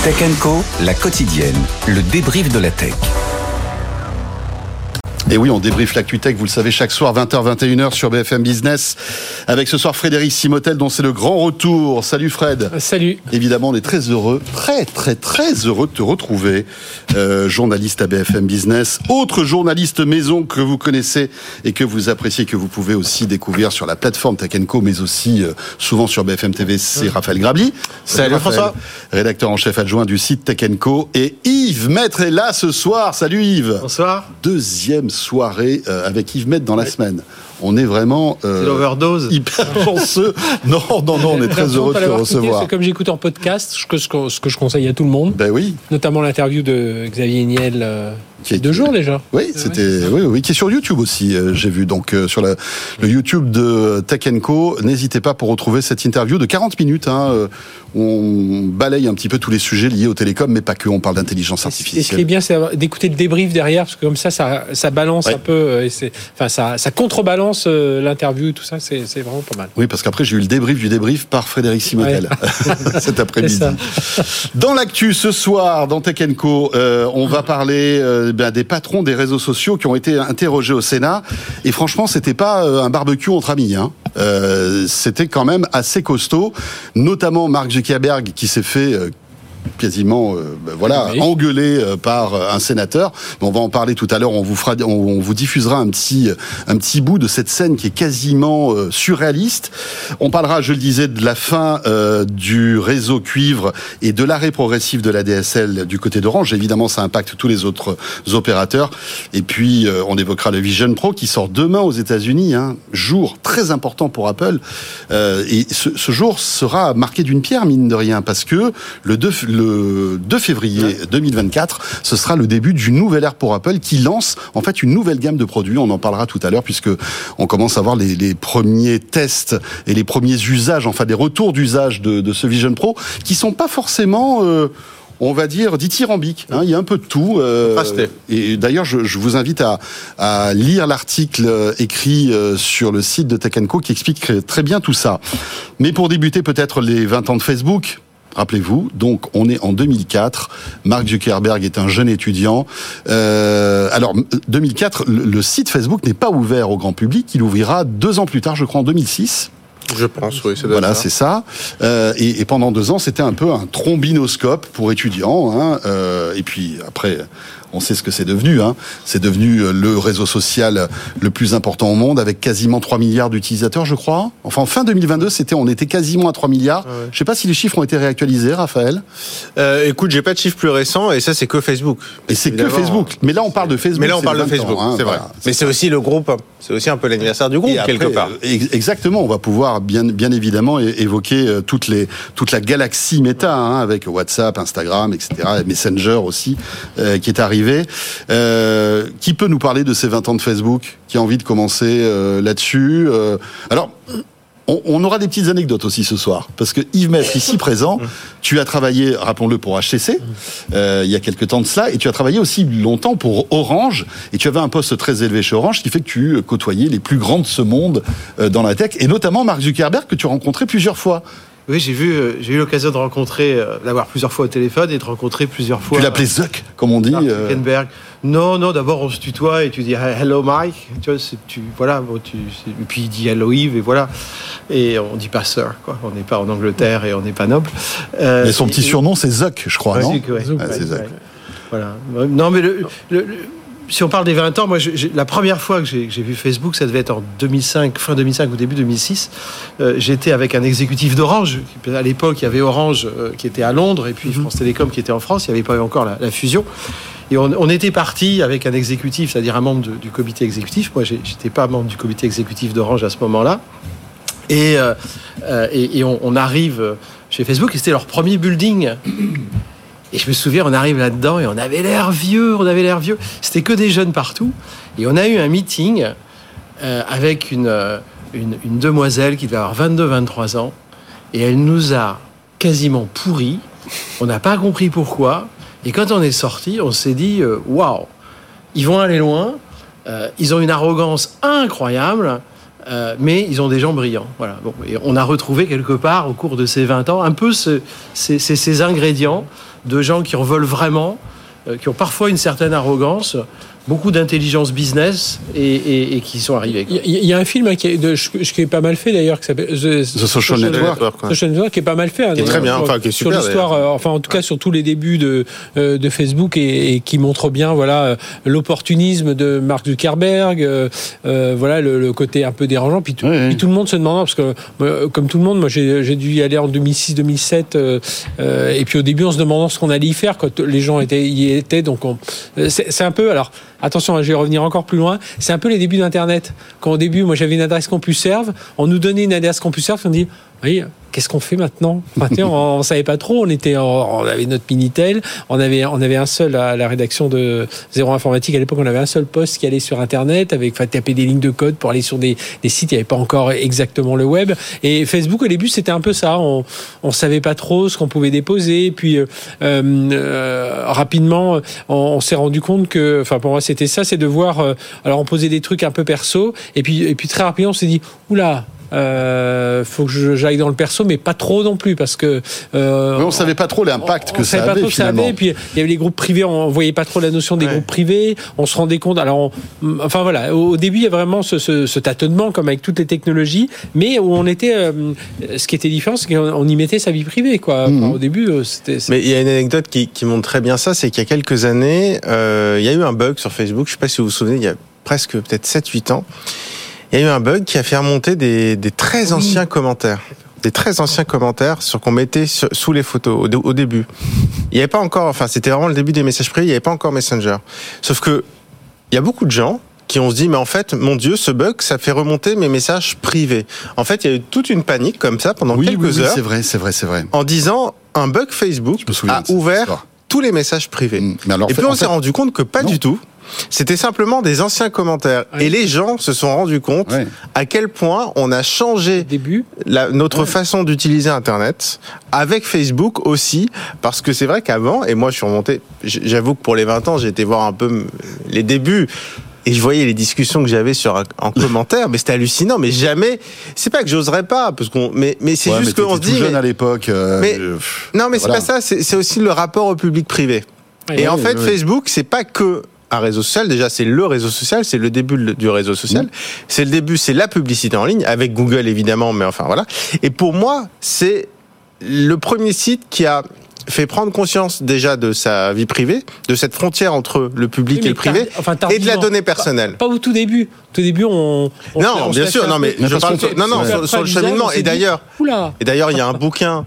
Tech & Co, la quotidienne, le débrief de la tech. Et oui, on débriefe l'actu-tech, vous le savez, chaque soir, 20h, 21h sur BFM Business. Avec ce soir Frédéric Simotel, dont c'est le grand retour. Salut Fred. Salut. Évidemment, on est très heureux, très heureux de te retrouver. Journaliste à BFM Business. Autre journaliste maison que vous connaissez et que vous appréciez, que vous pouvez aussi découvrir sur la plateforme Tech & Co, mais aussi souvent sur BFM TV, c'est Raphaël Grabli. Salut François. Rédacteur en chef adjoint du site Tech & Co. Et Yves Maître est là ce soir. Salut Yves. Bonsoir. Deuxième soirée avec Yves Maître dans la semaine. On est vraiment c'est l'overdose. Hyper chanceux. Non, on est très heureux de te recevoir. C'est comme j'écoute en podcast, ce que je conseille à tout le monde. Ben oui. Notamment l'interview de Xavier Niel. Il y a 2 jours déjà. Oui, c'était oui, qui est sur YouTube aussi. J'ai vu donc sur le YouTube de Tech & Co. N'hésitez pas pour retrouver cette interview de 40 minutes. On balaye un petit peu tous les sujets liés aux télécoms, mais pas que. On parle d'intelligence artificielle. Et ce qui est bien, c'est d'écouter le débrief derrière, parce que comme ça balance un peu, ça contrebalance l'interview et tout ça. C'est vraiment pas mal. Oui, parce qu'après j'ai eu le débrief du débrief par Frédéric Simotel cet après-midi. Dans l'actu ce soir, dans Tech & Co, on va parler des patrons des réseaux sociaux qui ont été interrogés au Sénat. Et franchement, c'était pas un barbecue entre amis. C'était quand même assez costaud, notamment Mark Zuckerberg qui s'est fait quasiment engueulé par un sénateur. Mais on va en parler tout à l'heure. On vous diffusera un petit bout de cette scène qui est quasiment surréaliste. On parlera, je le disais, de la fin du réseau cuivre et de l'arrêt progressif de la DSL du côté d'Orange. Évidemment, ça impacte tous les autres opérateurs. Et puis, on évoquera le Vision Pro qui sort demain aux États-Unis. Jour très important pour Apple. Et ce jour sera marqué d'une pierre, mine de rien, parce que le 2 février 2024, ce sera le début d'une nouvelle ère pour Apple qui lance en fait une nouvelle gamme de produits. On en parlera tout à l'heure puisque on commence à voir les premiers tests et les premiers usages, enfin des retours d'usage de ce Vision Pro qui sont pas forcément on va dire dithyrambique. Il y a un peu de tout. Et d'ailleurs, je vous invite à lire l'article écrit sur le site de Tech & Co qui explique très bien tout ça. Mais pour débuter, peut-être les 20 ans de Facebook. Rappelez-vous, donc on est en 2004. Mark Zuckerberg est un jeune étudiant. Alors 2004, le site Facebook n'est pas ouvert au grand public. Il ouvrira 2 ans plus tard, je crois en 2006. Je pense, oui. Voilà, c'est ça. Et pendant 2 ans, c'était un peu un trombinoscope pour étudiants. Et puis après, on sait ce que c'est devenu. C'est devenu le réseau social le plus important au monde, avec quasiment 3 milliards d'utilisateurs, je crois. Enfin, fin 2022, on était quasiment à 3 milliards. Ouais. Je sais pas si les chiffres ont été réactualisés, Raphaël. Écoute, j'ai pas de chiffres plus récents, et ça, c'est que Facebook. Et c'est que Facebook. Mais là, on parle de Facebook. Mais là, on parle de Facebook, c'est vrai. Mais c'est aussi le groupe. C'est aussi un peu l'anniversaire du groupe, quelque part. Exactement. On va pouvoir bien évidemment évoquer toute la galaxie méta, avec WhatsApp, Instagram, etc., et Messenger aussi, qui est arrivé. Qui peut nous parler de ces 20 ans de Facebook? Qui a envie de commencer là-dessus? Alors, on aura des petites anecdotes aussi ce soir, parce que Yves Maître, ici présent, tu as travaillé, rappelons-le, pour HTC, il y a quelques temps de cela, et tu as travaillé aussi longtemps pour Orange, et tu avais un poste très élevé chez Orange, ce qui fait que tu côtoyais les plus grands de ce monde dans la tech, et notamment Mark Zuckerberg, que tu as rencontré plusieurs fois. Oui, j'ai eu l'occasion de l'avoir plusieurs fois au téléphone et de rencontrer plusieurs fois. Tu l'appelais Zuck, comme on dit. Zuckerberg. Non, d'abord on se tutoie et tu dis hello Mike, tu vois, et puis il dit hello Yves et voilà. Et on dit pas sir, quoi. On n'est pas en Angleterre et on n'est pas noble. Mais son petit surnom c'est Zuck, je crois, non? C'est Zuck. Voilà. Non, mais si on parle des 20 ans, moi, la première fois que j'ai vu Facebook, ça devait être en 2005, fin 2005 ou début 2006. J'étais avec un exécutif d'Orange. À l'époque, il y avait Orange qui était à Londres et puis France Télécom qui était en France. Il n'y avait pas eu encore la fusion. Et on était parti avec un exécutif, c'est-à-dire un membre du comité exécutif. Moi, j'étais pas membre du comité exécutif d'Orange à ce moment-là. Et on arrive chez Facebook et c'était leur premier building. Et je me souviens, on arrive là-dedans et on avait l'air vieux. C'était que des jeunes partout. Et on a eu un meeting avec une demoiselle qui devait avoir 22-23 ans. Et elle nous a quasiment pourris. On n'a pas compris pourquoi. Et quand on est sorti, on s'est dit waouh, ils vont aller loin. Ils ont une arrogance incroyable. Mais ils ont des gens brillants. Voilà. Bon, et on a retrouvé quelque part, au cours de ces 20 ans, un peu ces ingrédients de gens qui en veulent vraiment, qui ont parfois une certaine arrogance, beaucoup d'intelligence business et qui sont arrivés. Il y a un film qui est pas mal fait d'ailleurs, qui s'appelle The Social Network. Social Network, qui est pas mal fait. Qui est très bien, qui est super. Sur l'histoire, en tout cas sur tous les débuts de Facebook et qui montre bien, l'opportunisme de Mark Zuckerberg, le côté un peu dérangeant. Puis tout le monde se demandant, parce que comme tout le monde, moi j'ai dû y aller en 2006-2007, et puis au début on se demandant ce qu'on allait y faire quand les gens y étaient. Donc c'est un peu alors. Attention, je vais revenir encore plus loin. C'est un peu les débuts d'Internet. Quand au début, moi, j'avais une adresse CompuServe, on nous donnait une adresse CompuServe, on dit, oui, qu'est-ce qu'on fait maintenant ? On savait pas trop. On avait notre Minitel. On avait un seul à la rédaction de Zéro Informatique. À l'époque, on avait un seul poste qui allait sur Internet avec, taper des lignes de code pour aller sur des sites. Il n'y avait pas encore exactement le web. Et Facebook, au début, c'était un peu ça. On savait pas trop ce qu'on pouvait déposer. Et puis, rapidement, on s'est rendu compte que, pour moi, c'était ça, c'est de voir. Alors, on posait des trucs un peu perso. Et puis très rapidement, on s'est dit, oula. Faut que j'aille dans le perso, mais pas trop non plus, parce que on savait pas trop l'impact que ça avait. Pas trop finalement. Et puis il y avait les groupes privés, on voyait pas trop la notion des groupes privés. On se rendait compte. Alors, au début, il y a vraiment ce tâtonnement, comme avec toutes les technologies, mais où on était. Ce qui était différent, c'est qu'on y mettait sa vie privée, quoi. Au début, c'était. Mais il y a une anecdote qui montre très bien ça, c'est qu'il y a quelques années, il y a eu un bug sur Facebook. Je sais pas si vous vous souvenez, il y a presque peut-être 7-8 ans. Il y a eu un bug qui a fait remonter des très anciens commentaires. Des très anciens commentaires qu'on mettait sous les photos au début. Il n'y avait pas encore, c'était vraiment le début des messages privés, il n'y avait pas encore Messenger. Sauf que, il y a beaucoup de gens qui ont se dit, mais en fait, mon Dieu, ce bug, ça fait remonter mes messages privés. En fait, il y a eu toute une panique comme ça pendant quelques heures. C'est vrai. En disant, un bug Facebook a ouvert tous les messages privés. Et puis on s'est rendu compte que pas du tout. C'était simplement des anciens commentaires. Et les gens se sont rendus compte à quel point on a changé notre façon d'utiliser Internet avec Facebook aussi, parce que c'est vrai qu'avant, et moi je suis remonté, j'avoue que pour les 20 ans, j'ai été voir un peu les débuts. Et je voyais les discussions que j'avais en commentaire, mais c'était hallucinant. Mais jamais, c'est pas que j'oserais pas, mais c'est juste qu'on se dit. Tout jeune à l'époque. Non, mais c'est pas ça. C'est aussi le rapport au public privé. Et en fait, Facebook, c'est pas que un réseau social. Déjà, c'est le réseau social, c'est le début du réseau social. C'est le début, c'est la publicité en ligne avec Google évidemment, mais voilà. Et pour moi, c'est le premier site qui a fait prendre conscience déjà de sa vie privée, de cette frontière entre le public et le privé, et de la donnée personnelle. Pas au tout début. Au tout début, on bien sûr, non, mais je parle sur le cheminement. Et d'ailleurs, il y a un bouquin,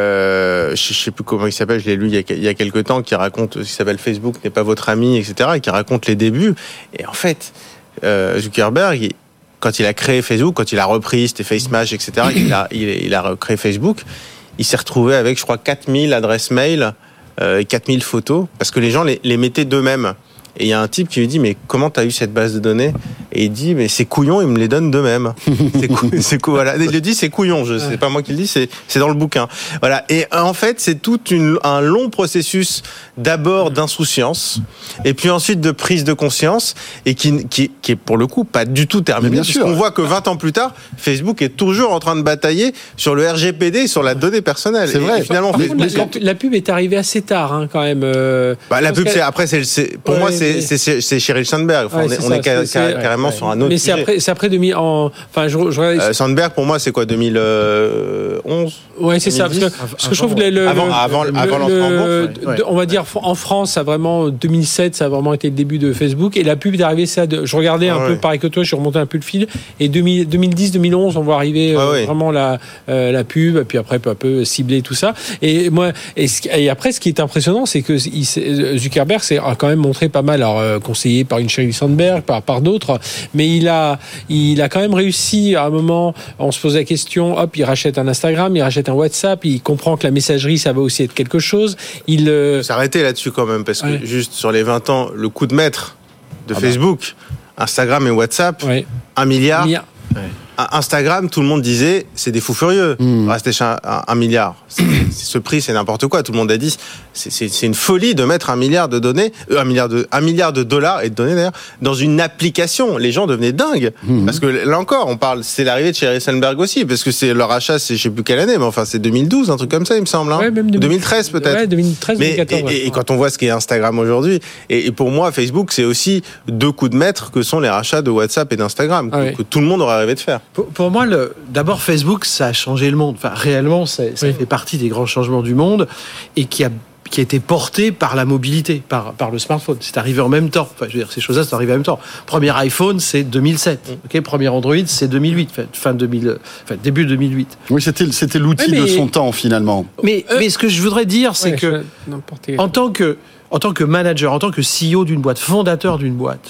je sais plus comment il s'appelle, je l'ai lu il y a quelques temps, qui raconte, qui s'appelle Facebook n'est pas votre ami, etc., et qui raconte les débuts. Et en fait, Zuckerberg, quand il a créé Facebook, quand il a repris, c'était FaceMash, etc., il a recréé Facebook, il s'est retrouvé avec, je crois, 4000 adresses mail, 4000 photos, parce que les gens les mettaient d'eux-mêmes. Et il y a un type qui lui dit, mais comment t'as eu cette base de données ? Et il dit, mais c'est couillon, ils me les donnent d'eux-mêmes. Voilà. Il le dit, c'est couillon. C'est pas moi qui le dis, c'est dans le bouquin. Voilà. Et en fait, c'est tout un long processus d'abord d'insouciance, et puis ensuite de prise de conscience, et qui est pour le coup pas du tout terminé. Puisqu'on voit que 20 ans plus tard, Facebook est toujours en train de batailler sur le RGPD, sur la donnée personnelle. C'est vrai. Et finalement, la pub est arrivée assez tard, quand même. La pub, pour moi, c'est Sheryl Sandberg. On est carrément sur un autre sujet. Mais c'est après 2000. Sandberg, pour moi, c'est quoi, 2011 ? Ouais, c'est 2010, ça. Parce que je trouve que avant l'entrée en bourse, on va dire en France, ça a vraiment 2007, ça a vraiment été le début de Facebook. Et la pub est arrivée, je regardais un peu pareil que toi, je suis remonté un peu le fil. Et 2010-2011, on voit arriver vraiment la pub, puis après peu à peu cibler tout ça. Et moi, et après, ce qui est impressionnant, c'est que Zuckerberg a quand même montré pas mal, alors conseillé par une Sheryl Sandberg, par d'autres, mais il a quand même réussi. À un moment, on se pose la question, hop, il rachète un Instagram, il rachète un WhatsApp, il comprend que la messagerie, ça va aussi être quelque chose. Il s'arrêter là-dessus quand même, parce que juste sur les 20 ans, le coup de maître de Facebook, Instagram et WhatsApp, 1 milliard. Instagram, tout le monde disait, c'est des fous furieux. Rester chez 1 milliard. ce prix, c'est n'importe quoi. Tout le monde a dit, c'est une folie de mettre $1 milliard $1 milliard et de données d'ailleurs dans une application. Les gens devenaient dingues parce que là encore, c'est l'arrivée de chez Rissenberg aussi, parce que c'est leur achat, c'est je sais plus quelle année, mais enfin c'est 2012, un truc comme ça, il me semble. Hein. Ouais, même 2013 peut-être. Ouais, 2013, 2014. Et quand on voit ce qu'est Instagram aujourd'hui, et pour moi, Facebook, c'est aussi 2 coups de maître que sont les rachats de WhatsApp et d'Instagram, que tout le monde aurait rêvé de faire. Pour moi, d'abord Facebook, ça a changé le monde. Enfin, réellement, ça fait partie des grands changements du monde et qui a été porté par la mobilité, par le smartphone. C'est arrivé en même temps. Enfin, je veux dire, ces choses-là sont arrivées en même temps. Premier iPhone, c'est 2007. Premier Android, c'est 2008. Début 2008. Oui, c'était l'outil de son temps, finalement. Mais ce que je voudrais dire, c'est que en tant que manager, en tant que CEO d'une boîte, fondateur d'une boîte,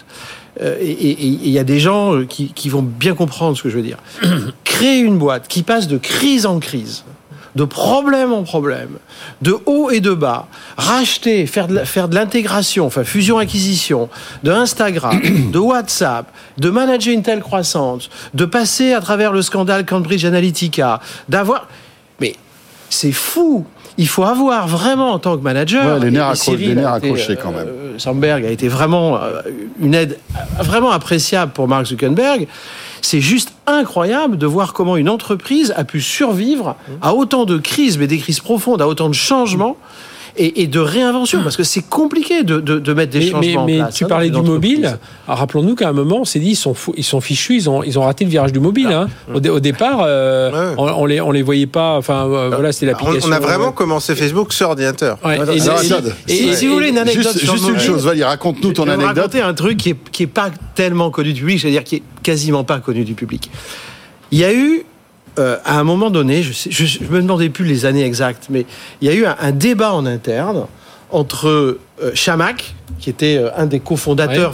et il y a des gens qui vont bien comprendre ce que je veux dire. Créer une boîte qui passe de crise en crise, de problème en problème, de haut et de bas, racheter, faire de l'intégration, enfin fusion-acquisition, de Instagram, de WhatsApp, de manager une telle croissance, de passer à travers le scandale Cambridge Analytica, mais c'est fou. Il faut avoir vraiment, en tant que manager... les nerfs accrochés quand même. Sandberg a été vraiment une aide vraiment appréciable pour Mark Zuckerberg. C'est juste incroyable de voir comment une entreprise a pu survivre à autant de crises, mais des crises profondes, à autant de changements et de réinvention, parce que c'est compliqué de mettre des changements en place. Mais tu parlais du mobile. Alors, rappelons-nous qu'à un moment, on s'est dit ils sont fichus, ils ont raté le virage du mobile. Hein. Au départ, on les voyait pas. Enfin, voilà, c'était l'application. On a vraiment commencé Facebook sur ordinateur. Ouais. Si vous voulez une anecdote, juste une chose, Valérie, raconte-nous ton anecdote. Je vais raconter un truc qui est pas tellement connu du public, c'est-à-dire qui est quasiment pas connu du public. Il y a eu à un moment donné, je me demandais plus les années exactes, mais il y a eu un débat en interne entre Chamac, qui était un des cofondateurs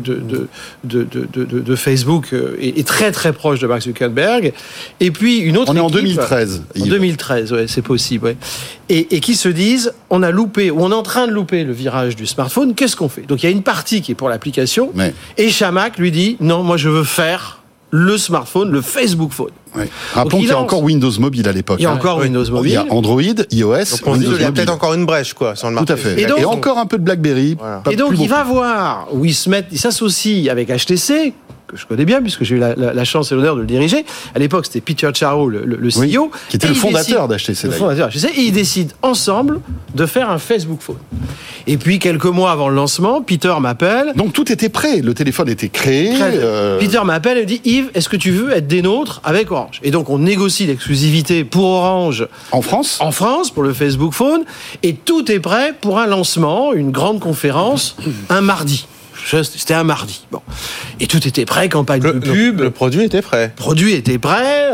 de Facebook et très très proche de Mark Zuckerberg, et puis une autre équipe. On est en 2013. En 2013, ouais, c'est possible. Ouais. Et qui se disent, on a loupé, ou on est en train de louper le virage du smartphone, qu'est-ce qu'on fait? Donc il y a une partie qui est pour l'application, et Chamac lui dit, non, moi je veux faire le smartphone, le Facebook Phone. Ouais. Rappelons qu'il y a encore Windows Mobile à l'époque. Il y a encore Windows Mobile. Il y a Android, iOS, Windows. Il y a peut-être encore une brèche, sur le marché. Tout à fait. Et encore un peu de BlackBerry. Voilà. Et donc, il va voir où il s'associe avec HTC, que je connais bien, puisque j'ai eu la chance et l'honneur de le diriger. À l'époque, c'était Peter Charo, le CEO. Qui était le fondateur d'HTC. Et ils décident ensemble de faire un Facebook Phone. Et puis, quelques mois avant le lancement, Peter m'appelle. Donc, tout était prêt. Le téléphone était créé. Peter m'appelle et me dit, Yves, est-ce que tu veux être des nôtres avec Orange? Et donc, on négocie l'exclusivité pour Orange. En France? En France, pour le Facebook Phone. Et tout est prêt pour un lancement, une grande conférence, un mardi. C'était un mardi. Bon. Et tout était prêt, campagne de pub. Le produit était prêt. Le produit était prêt.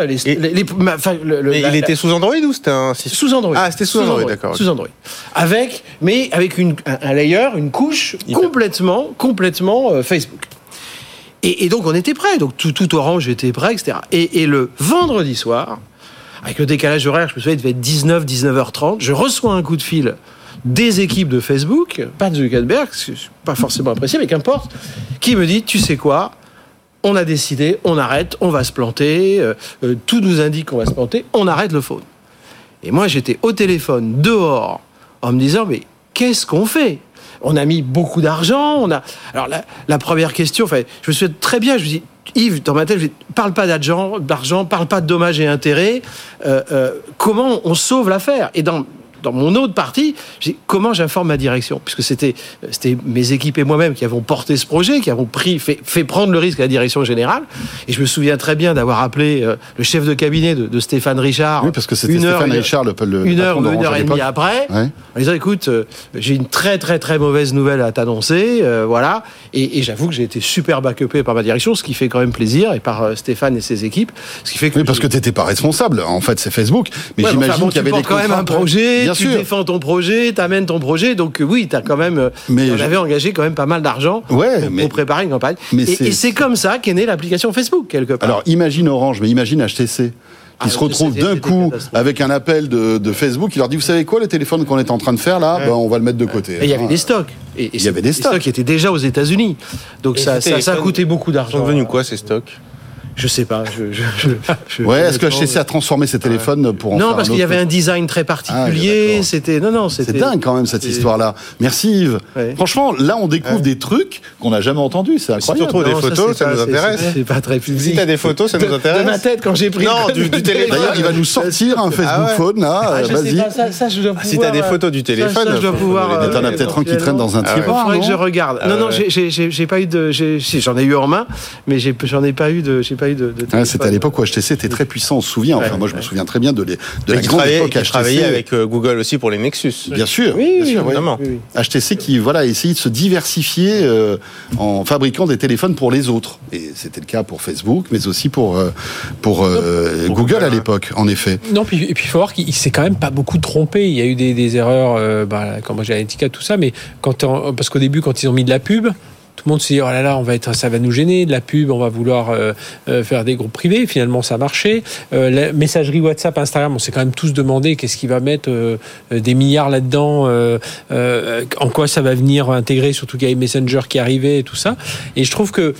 Il était sous Android ou c'était un système? Sous Android. Ah, c'était sous Android, d'accord. Sous Android. Avec un layer, une couche complètement Facebook. Et donc, on était prêt. Donc, tout Orange était prêt, etc. Et le vendredi soir, avec le décalage horaire, je me souviens, il devait être 19h30, je reçois un coup de fil des équipes de Facebook, pas de Zuckerberg, c'est pas forcément apprécié, mais qu'importe, qui me dit, tu sais quoi, on a décidé, on arrête, on va se planter, tout nous indique qu'on va se planter, on arrête le phone. Et moi, j'étais au téléphone, dehors, en me disant, mais qu'est-ce qu'on fait? On a mis beaucoup d'argent, Alors, la première question, je me souviens très bien, je me dis, Yves, dans ma tête, je dis, parle pas d'argent, parle pas de dommages et intérêts, comment on sauve l'affaire? Et dans mon autre partie, j'ai dit, comment j'informe ma direction? Puisque c'était mes équipes et moi-même qui avons porté ce projet, qui avons fait prendre le risque à la direction générale. Et je me souviens très bien d'avoir appelé le chef de cabinet de Stéphane Richard. Oui, parce que c'était Stéphane Richard, une heure et demie après, en disant, écoute, j'ai une très très très mauvaise nouvelle à t'annoncer, voilà. Et j'avoue que j'ai été super backupé par ma direction, ce qui fait quand même plaisir, et par Stéphane et ses équipes. Ce qui fait que parce que t'étais pas responsable. En fait, c'est Facebook. Mais j'imagine qu'il y avait des quand même un projet. Bien tu défends ton projet, t'amènes ton projet, donc oui, t'as quand même. On avait engagé quand même pas mal d'argent pour préparer une campagne. Et c'est comme ça qu'est née l'application Facebook quelque part. Alors imagine Orange, mais imagine HTC. Qui se retrouve d'un coup avec un appel de Facebook, il leur dit, vous savez quoi, le téléphone qu'on est en train de faire là, on va le mettre de côté. Et il y avait des stocks. Et il y avait des stocks qui étaient déjà aux États-Unis. Donc ça a coûté beaucoup d'argent. Ils sont devenus quoi ces stocks? Je sais pas. Est-ce que HTC a transformé ses téléphones pour en faire parce qu'il y avait un design très particulier. C'était c'est dingue quand même cette histoire-là. Merci Yves. Ouais. Franchement, là on découvre des trucs qu'on n'a jamais entendus. C'est incroyable. Si tu retrouves des photos, ça nous intéresse. C'est pas très public. Si t'as des photos, ça nous intéresse. De ma tête quand j'ai pris. Non, du téléphone. D'ailleurs, il va nous sortir un Facebook Phone là. Vas-y. Ça, je dois pouvoir. Si t'as des photos du téléphone, je dois pouvoir. T'en as peut-être un qui traîne dans un tiroir. Il faudrait que je regarde. Non, j'ai pas eu de. Si, j'en ai eu en main, mais j'en ai pas eu de. C'était à l'époque où HTC était très puissant, on se souvient. Enfin, moi, je me souviens très bien de la grande époque HTC. Il travaillait avec Google aussi pour les Nexus. Bien sûr, évidemment. HTC qui, essayait de se diversifier en fabriquant des téléphones pour les autres. Et c'était le cas pour Facebook, mais aussi pour Google à l'époque, en effet. Non, puis il faut voir qu'il s'est quand même pas beaucoup trompé. Il y a eu des erreurs, comme Genetica, tout ça, mais parce qu'au début, quand ils ont mis de la pub, tout le monde se dit, oh là là, ça va nous gêner, de la pub, on va vouloir faire des groupes privés. Finalement, ça a marché. La messagerie WhatsApp, Instagram, on s'est quand même tous demandé qu'est-ce qui va mettre des milliards là-dedans, en quoi ça va venir intégrer, surtout qu'il y a Messenger qui arrivait et tout ça. Et je trouve que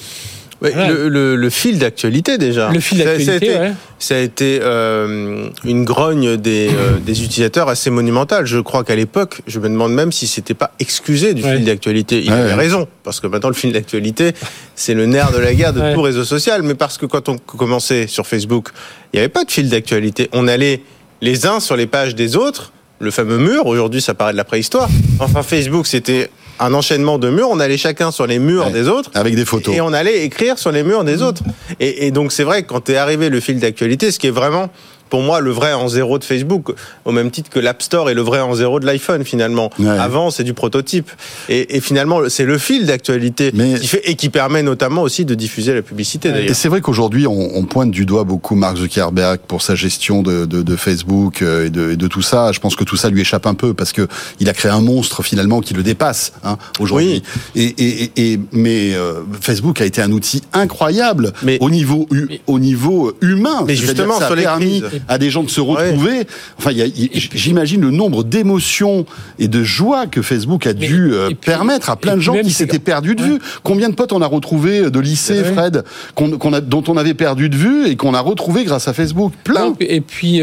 le fil d'actualité déjà. Le fil d'actualité, ça a été une grogne des utilisateurs assez monumentale. Je crois qu'à l'époque, je me demande même si c'était pas excusé du fil d'actualité. Il avait raison, parce que maintenant le fil d'actualité, c'est le nerf de la guerre de tout réseau social. Mais parce que quand on commençait sur Facebook, il n'y avait pas de fil d'actualité. On allait les uns sur les pages des autres, le fameux mur. Aujourd'hui, ça paraît de la préhistoire. Enfin, Facebook, c'était un enchaînement de murs, on allait chacun sur les murs des autres. Avec des photos. Et on allait écrire sur les murs des autres. Et donc c'est vrai que quand est arrivé le fil d'actualité, ce qui est vraiment, pour moi, le vrai en zéro de Facebook, au même titre que l'App Store est le vrai en zéro de l'iPhone, finalement. Avant, c'est du prototype. Et finalement, c'est le fil d'actualité qui fait, et qui permet notamment aussi de diffuser la publicité, d'ailleurs. Et c'est vrai qu'aujourd'hui, on pointe du doigt beaucoup Mark Zuckerberg pour sa gestion de Facebook et de tout ça. Je pense que tout ça lui échappe un peu parce que il a créé un monstre, finalement, qui le dépasse, aujourd'hui. Oui. Mais Facebook a été un outil incroyable au niveau humain. Mais justement, sur les crises, à des gens de se retrouver. Enfin, j'imagine le nombre d'émotions et de joie que Facebook a dû permettre à plein de gens qui s'étaient perdus de vue. Combien de potes on a retrouvé de lycée, Fred, dont on avait perdu de vue et qu'on a retrouvé grâce à Facebook. Plein. Et puis,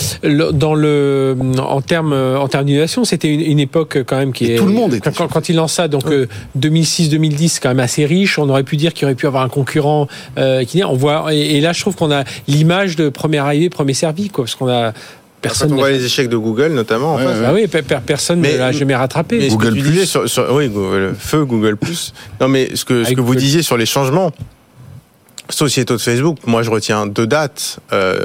en termes d'innovation, c'était une époque quand même qui est. Tout le monde était. Quand il lance ça, donc 2006-2010, c'est quand même assez riche. On aurait pu dire qu'il aurait pu avoir un concurrent on voit. Et là, je trouve qu'on a l'image de première arrivée, premier servi, quoi, parce qu'on a. Personne. Quand on voit les échecs de Google, notamment. Personne ne l'a jamais rattrapé. Mais Google Plus. Feu Google Plus. Non, mais ce que vous disiez sur les changements sociétaux de Facebook, moi je retiens deux dates.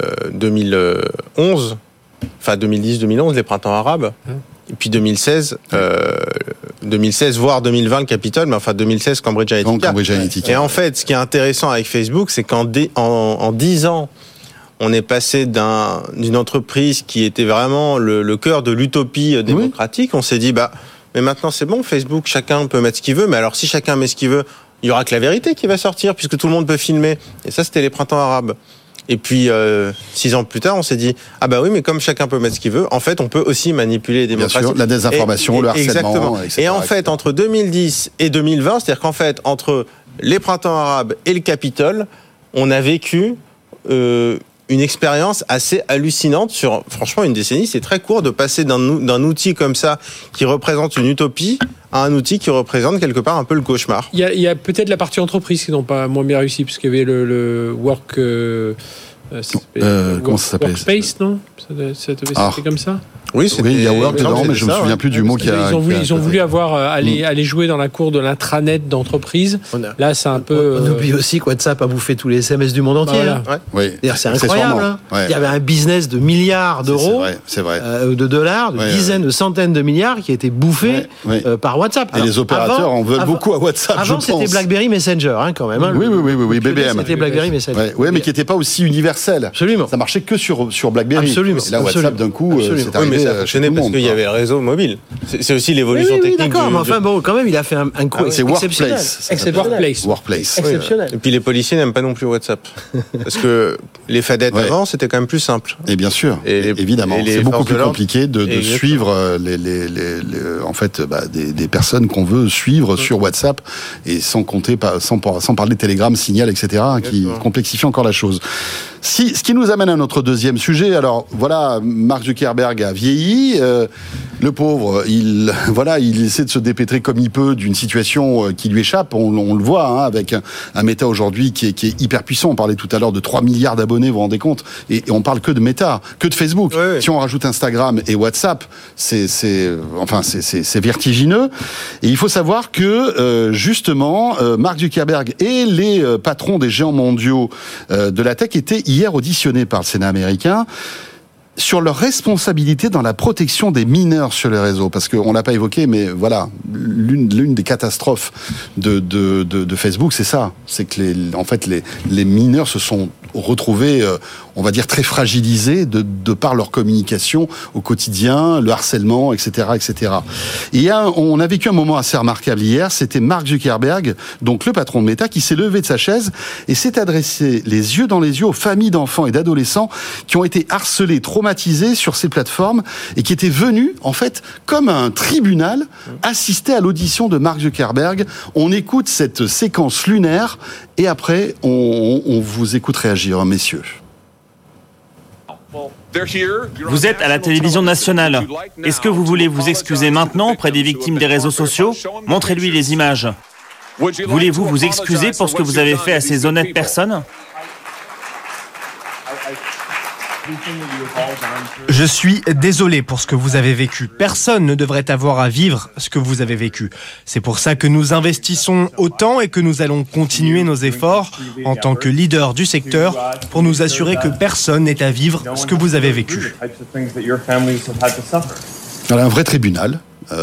2011, enfin 2010-2011, les printemps arabes. Et puis 2016, voire 2020 le Capitole, mais enfin 2016 Cambridge Analytica. Et en fait, ce qui est intéressant avec Facebook, c'est qu'en 10 ans, on est passé d'une entreprise qui était vraiment le cœur de l'utopie démocratique. On s'est dit, mais maintenant c'est bon, Facebook, chacun peut mettre ce qu'il veut, mais alors si chacun met ce qu'il veut, il y aura que la vérité qui va sortir, puisque tout le monde peut filmer. Et ça, c'était les printemps arabes. Et puis, 6 ans plus tard, on s'est dit, oui, mais comme chacun peut mettre ce qu'il veut, en fait, on peut aussi manipuler les démocraties. Bien sûr, la désinformation, le harcèlement, exactement. etc. Et en fait, entre 2010 et 2020, c'est-à-dire qu'en fait, entre les printemps arabes et le Capitole, on a vécu une expérience assez hallucinante sur, franchement, une décennie. C'est très court de passer d'un outil comme ça, qui représente une utopie, à un outil qui représente quelque part un peu le cauchemar. Il y a peut-être la partie entreprise qui n'ont pas moins bien réussi, parce qu'il y avait le work... comment ça s'appelle? Workspace, non? C'était comme ça? Oui, il y a Work dedans, mais je me souviens plus du mot qui a... Ils ont voulu aller jouer dans la cour de l'intranet d'entreprise. Là, c'est un peu... On oublie aussi que WhatsApp a bouffé tous les SMS du monde entier. C'est incroyable. Il y avait un business de milliards d'euros, c'est vrai. De dollars, de dizaines, de centaines de milliards qui a été bouffé par WhatsApp. Et les opérateurs en veulent beaucoup à WhatsApp, avant, c'était BlackBerry Messenger, quand même. Oui, BBM. C'était BlackBerry Messenger. Oui, mais qui n'était pas aussi universel. Absolument. Ça marchait que sur BlackBerry. Absolument. Et là, WhatsApp, d'un coup, c'est arrivé. Mais ça fonctionnait parce qu'il y avait le réseau mobile. C'est aussi l'évolution technique. D'accord, mais enfin bon, quand même, il a fait un coup c'est exceptionnel. Workplace. Exceptionnel. Et puis les policiers n'aiment pas non plus WhatsApp. Parce que les fadettes avant, c'était quand même plus simple. Et bien sûr, évidemment. C'est beaucoup plus compliqué de suivre des personnes qu'on veut suivre sur WhatsApp, et sans parler Telegram, Signal, etc., qui complexifie encore la chose. Ce qui nous amène à notre deuxième sujet. Alors voilà, Mark Zuckerberg a vieilli. Le pauvre, il essaie de se dépêtrer comme il peut d'une situation qui lui échappe. On le voit avec un Meta aujourd'hui qui est hyper puissant. On parlait tout à l'heure de 3 milliards d'abonnés, vous vous rendez compte ? Et on parle que de Meta, que de Facebook. Oui. Si on rajoute Instagram et WhatsApp, c'est vertigineux. Et il faut savoir que justement, Mark Zuckerberg et les patrons des géants mondiaux de la tech étaient hier auditionnés par le Sénat américain sur leur responsabilité dans la protection des mineurs sur les réseaux, parce qu'on l'a pas évoqué, mais voilà, l'une des catastrophes de Facebook, c'est ça, c'est que les mineurs se sont retrouvés, on va dire, très fragilisés de par leur communication au quotidien, le harcèlement, etc., etc. Et on a vécu un moment assez remarquable hier. C'était Mark Zuckerberg, donc le patron de Meta, qui s'est levé de sa chaise et s'est adressé les yeux dans les yeux aux familles d'enfants et d'adolescents qui ont été harcelés, traumatisés sur ces plateformes et qui étaient venus, en fait, comme un tribunal, assister à l'audition de Mark Zuckerberg. On écoute cette séquence lunaire et après, on vous écoute réagir, messieurs. Vous êtes à la télévision nationale. Est-ce que vous voulez vous excuser maintenant auprès des victimes des réseaux sociaux ? Montrez-lui les images. Voulez-vous vous excuser pour ce que vous avez fait à ces honnêtes personnes ? Je suis désolé pour ce que vous avez vécu. Personne ne devrait avoir à vivre ce que vous avez vécu. C'est pour ça que nous investissons autant et que nous allons continuer nos efforts en tant que leader du secteur pour nous assurer que personne n'ait à vivre ce que vous avez vécu. Alors, un vrai tribunal,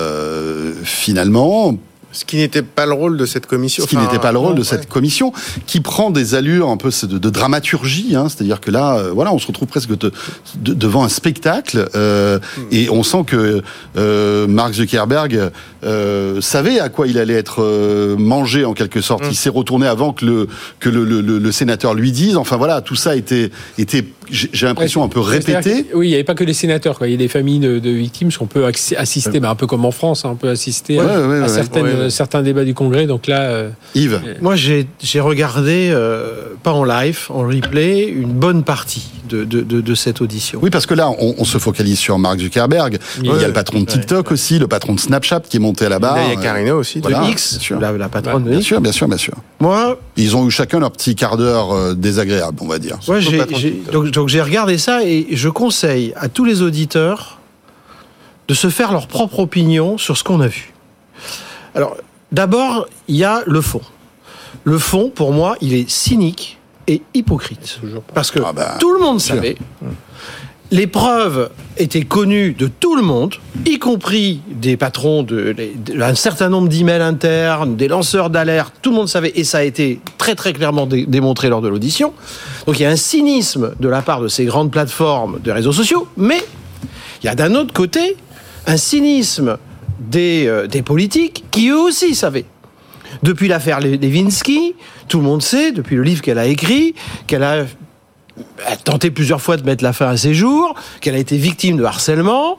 finalement. Ce qui n'était pas le rôle de cette commission. Cette commission, qui prend des allures un peu de dramaturgie, c'est-à-dire que là, on se retrouve presque devant un spectacle, et on sent que Mark Zuckerberg savait à quoi il allait être mangé en quelque sorte. Il s'est retourné avant que le sénateur lui dise. Enfin voilà, tout ça était j'ai l'impression un peu répété. Oui, il n'y avait pas que les sénateurs, quoi. Il y a des familles de victimes, qu'on peut assister, un peu comme en France, on peut assister à certains débats du Congrès. Donc là, Yves, moi j'ai regardé, pas en live, en replay, une bonne partie de cette audition. Oui, parce que là, on se focalise sur Mark Zuckerberg. Il y a le patron de TikTok aussi, le patron de Snapchat qui est monté à la barre. Il y a Karina aussi, de X, la patronne de X. Bien sûr. Moi, ils ont eu chacun leur petit quart d'heure désagréable, on va dire. Moi, donc j'ai regardé ça et je conseille à tous les auditeurs de se faire leur propre opinion sur ce qu'on a vu. Alors, d'abord, il y a le fond. Le fond, pour moi, il est cynique et hypocrite. Parce que tout le monde savait. Les preuves étaient connues de tout le monde, y compris des patrons d'un certain nombre d'emails internes, des lanceurs d'alerte, tout le monde savait, et ça a été très très clairement démontré lors de l'audition. Donc il y a un cynisme de la part de ces grandes plateformes de réseaux sociaux, mais il y a d'un autre côté un cynisme des politiques qui eux aussi savaient. Depuis l'affaire Lewinsky, tout le monde sait, depuis le livre qu'elle a écrit, qu'elle a tenté plusieurs fois de mettre la fin à ses jours, qu'elle a été victime de harcèlement,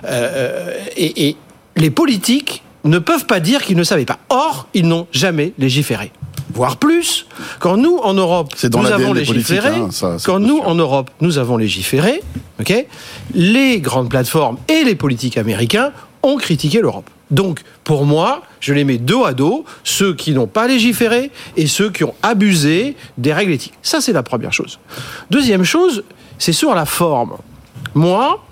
et les politiques ne peuvent pas dire qu'ils ne savaient pas. Or, ils n'ont jamais légiféré. Voire plus, quand nous, en Europe, nous avons légiféré, nous avons légiféré, les grandes plateformes et les politiques américains ont critiqué l'Europe. Donc, pour moi, je les mets dos à dos, ceux qui n'ont pas légiféré et ceux qui ont abusé des règles éthiques. Ça, c'est la première chose. Deuxième chose, c'est sur la forme. Moi,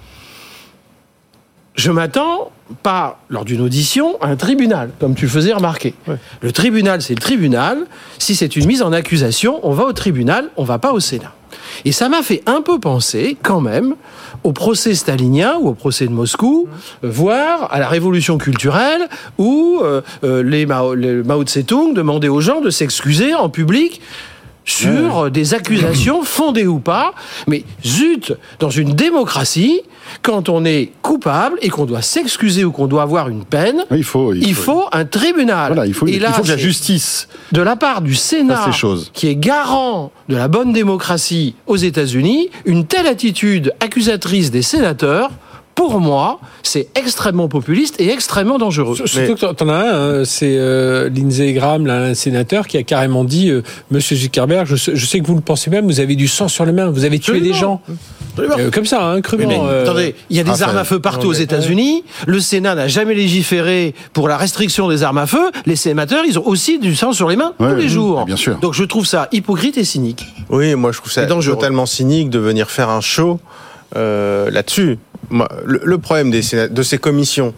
je m'attends pas, lors d'une audition, à un tribunal, comme tu le faisais remarquer. Ouais. Le tribunal, c'est le tribunal. Si c'est une mise en accusation, on va au tribunal, on va pas au Sénat. Et ça m'a fait un peu penser, quand même, au procès stalinien ou au procès de Moscou, voire à la révolution culturelle où les Mao Tse-tung demandaient aux gens de s'excuser en public sur des accusations fondées ou pas. Mais zut, dans une démocratie, quand on est coupable et qu'on doit s'excuser ou qu'on doit avoir une peine, il faut un tribunal. Voilà, il faut que la justice, de la part du Sénat, qui est garant de la bonne démocratie aux États-Unis, une telle attitude accusatrice des sénateurs, pour moi, c'est extrêmement populiste et extrêmement dangereux. Surtout que t'en as un, c'est Lindsey Graham, un sénateur, qui a carrément dit Monsieur Zuckerberg, je sais que vous le pensez même, vous avez du sang sur les mains, vous avez tué des gens. Comme ça, crûment. Attendez, il y a des armes à feu partout aux États-Unis. Le Sénat n'a jamais légiféré pour la restriction des armes à feu. Les sénateurs, ils ont aussi du sang sur les mains tous les jours. Bien sûr. Donc je trouve ça hypocrite et cynique. Oui, moi je trouve ça totalement cynique de venir faire un show là-dessus. Moi, le problème de ces commissions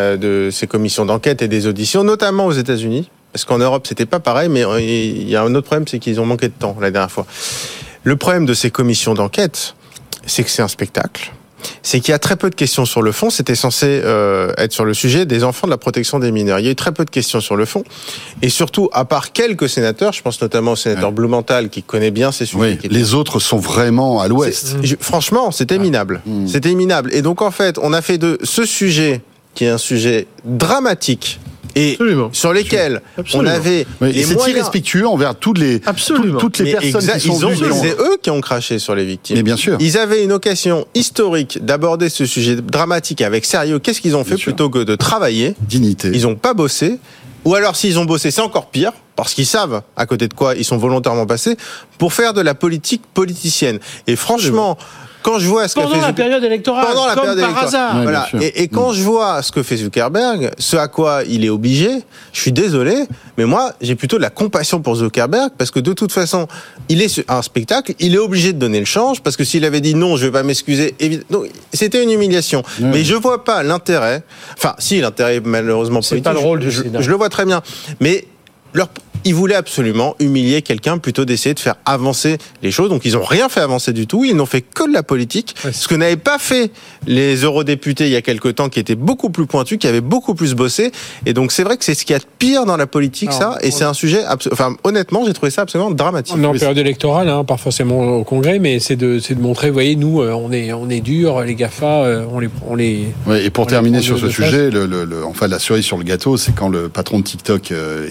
d'enquête et des auditions, notamment aux États-Unis, parce qu'en Europe c'était pas pareil, mais il y a un autre problème, c'est qu'ils ont manqué de temps la dernière fois. Le problème de ces commissions d'enquête, c'est que c'est un spectacle. C'est qu'il y a très peu de questions sur le fond. C'était censé être sur le sujet des enfants, de la protection des mineurs. Il y a eu très peu de questions sur le fond. Et surtout, à part quelques sénateurs, je pense notamment au sénateur Blumenthal, qui connaît bien ces sujets. Oui, les autres sont vraiment à l'ouest. Franchement, c'était minable. C'était minable. Et donc, en fait, on a fait de ce sujet, qui est un sujet dramatique, et sur lesquels on avait les c'est moyens irrespectueux envers toutes les personnes qui sont venues. C'est eux qui ont craché sur les victimes. Mais bien sûr. Ils avaient une occasion historique d'aborder ce sujet dramatique avec sérieux. Qu'est-ce qu'ils ont fait plutôt que de travailler? Dignité. Ils n'ont pas bossé. Ou alors, s'ils ont bossé, c'est encore pire, parce qu'ils savent à côté de quoi ils sont volontairement passés, pour faire de la politique politicienne. Et franchement, quand je vois ce pendant la période électorale, par hasard. Voilà. Et quand je vois ce que fait Zuckerberg, ce à quoi il est obligé, je suis désolé, mais moi, j'ai plutôt de la compassion pour Zuckerberg, parce que de toute façon, il est sur un spectacle, il est obligé de donner le change, parce que s'il avait dit non, je vais pas m'excuser, donc, c'était une humiliation. Mais je vois pas l'intérêt, enfin, si, l'intérêt malheureusement politique. C'est pas le rôle du Sénat. Je le vois très bien. Mais ils voulaient absolument humilier quelqu'un plutôt d'essayer de faire avancer les choses. Donc, ils n'ont rien fait avancer du tout. Ils n'ont fait que de la politique. Ce que n'avaient pas fait les eurodéputés il y a quelque temps, qui étaient beaucoup plus pointus, qui avaient beaucoup plus bossé. Et donc, c'est vrai que c'est ce qu'il y a de pire dans la politique, Et c'est un sujet, honnêtement, j'ai trouvé ça absolument dramatique. On est en période électorale, pas forcément au Congrès, mais c'est de montrer, vous voyez, nous, on est dur, les GAFA, on les. Ouais, et pour terminer sur ce sujet, la cerise sur le gâteau, c'est quand le patron de TikTok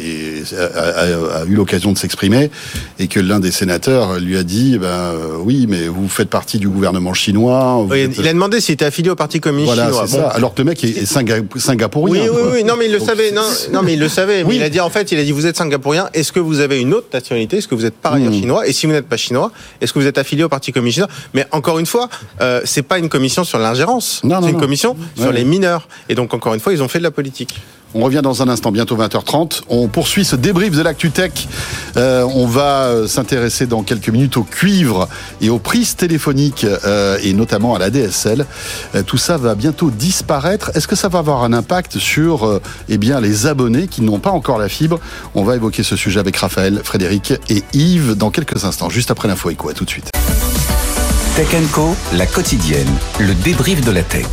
a eu l'occasion de s'exprimer et que l'un des sénateurs lui a dit oui, mais vous faites partie du gouvernement chinois. Il a demandé s'il était affilié au Parti communiste chinois. C'est ça. Alors que le mec est singapourien. Oui, non, mais il le savait. Non, mais il le savait. Mais il a dit, vous êtes singapourien. Est-ce que vous avez une autre nationalité? Est-ce que vous êtes par ailleurs chinois? Et si vous n'êtes pas chinois, est-ce que vous êtes affilié au Parti communiste chinois? Mais encore une fois, c'est pas une commission sur l'ingérence. C'est une commission sur les mineurs. Et donc, encore une fois, ils ont fait de la politique. On revient dans un instant, bientôt 20h30. On poursuit ce débrief de l'actu tech. On va s'intéresser dans quelques minutes au cuivre et aux prises téléphoniques et notamment à la DSL. Tout ça va bientôt disparaître. Est-ce que ça va avoir un impact sur les abonnés qui n'ont pas encore la fibre? On va évoquer ce sujet avec Raphaël, Frédéric et Yves dans quelques instants, juste après l'info éco. À tout de suite. Tech & Co, la quotidienne, le débrief de la tech.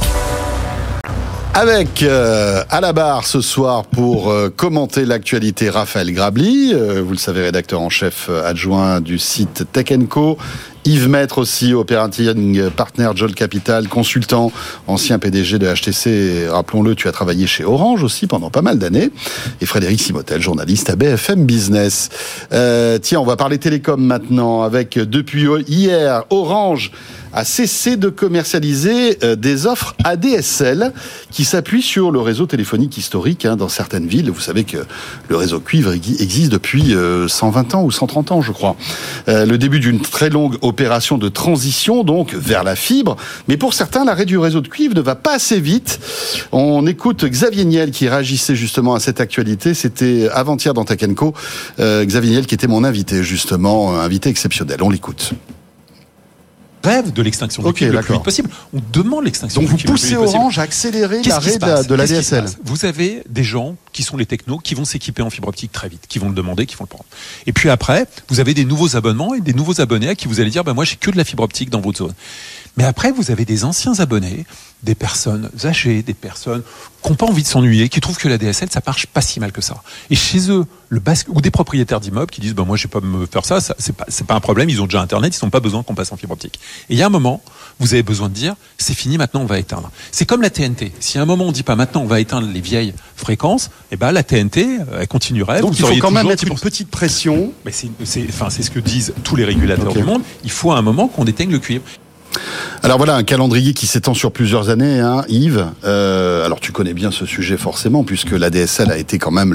Avec à la barre ce soir pour commenter l'actualité Raphaël Grabli, vous le savez, rédacteur en chef adjoint du site Tech & Co. Yves Maître aussi, operating partner Jolt Capital, consultant, ancien PDG de HTC, rappelons-le, tu as travaillé chez Orange aussi pendant pas mal d'années, et Frédéric Simotel, journaliste à BFM Business. On va parler télécom maintenant, avec depuis hier, Orange a cessé de commercialiser des offres ADSL qui s'appuient sur le réseau téléphonique historique dans certaines villes. Vous savez que le réseau cuivre existe depuis 120 ans ou 130 ans, je crois. Le début d'une très longue opération de transition, donc, vers la fibre. Mais pour certains, l'arrêt du réseau de cuivre ne va pas assez vite. On écoute Xavier Niel qui réagissait justement à cette actualité. C'était avant-hier dans Tech & Co. Xavier Niel qui était mon invité, justement, invité exceptionnel. On l'écoute. Rêve de l'extinction du cuivre le plus vite possible. On demande l'extinction du cuivre. Donc vous poussez Orange à accélérer l'arrêt de la DSL. Vous avez des gens qui sont les technos qui vont s'équiper en fibre optique très vite, qui vont le demander, qui vont le prendre. Et puis après, vous avez des nouveaux abonnements et des nouveaux abonnés à qui vous allez dire moi j'ai que de la fibre optique dans votre zone. Mais après, vous avez des anciens abonnés, des personnes âgées, des personnes qui n'ont pas envie de s'ennuyer, qui trouvent que la DSL, ça marche pas si mal que ça. Et chez eux, ou des propriétaires d'immeubles qui disent, moi, je vais pas me faire ça, c'est pas un problème, ils ont déjà Internet, ils n'ont pas besoin qu'on passe en fibre optique. Et il y a un moment, vous avez besoin de dire, c'est fini, maintenant on va éteindre. C'est comme la TNT. Si à un moment on dit pas, maintenant on va éteindre les vieilles fréquences, la TNT, elle continuerait. Donc il faut quand même mettre une petite pression. Mais c'est ce que disent tous les régulateurs du monde. Il faut à un moment qu'on éteigne le cuivre. Alors voilà, un calendrier qui s'étend sur plusieurs années, Yves. Alors tu connais bien ce sujet forcément, puisque la DSL a été quand même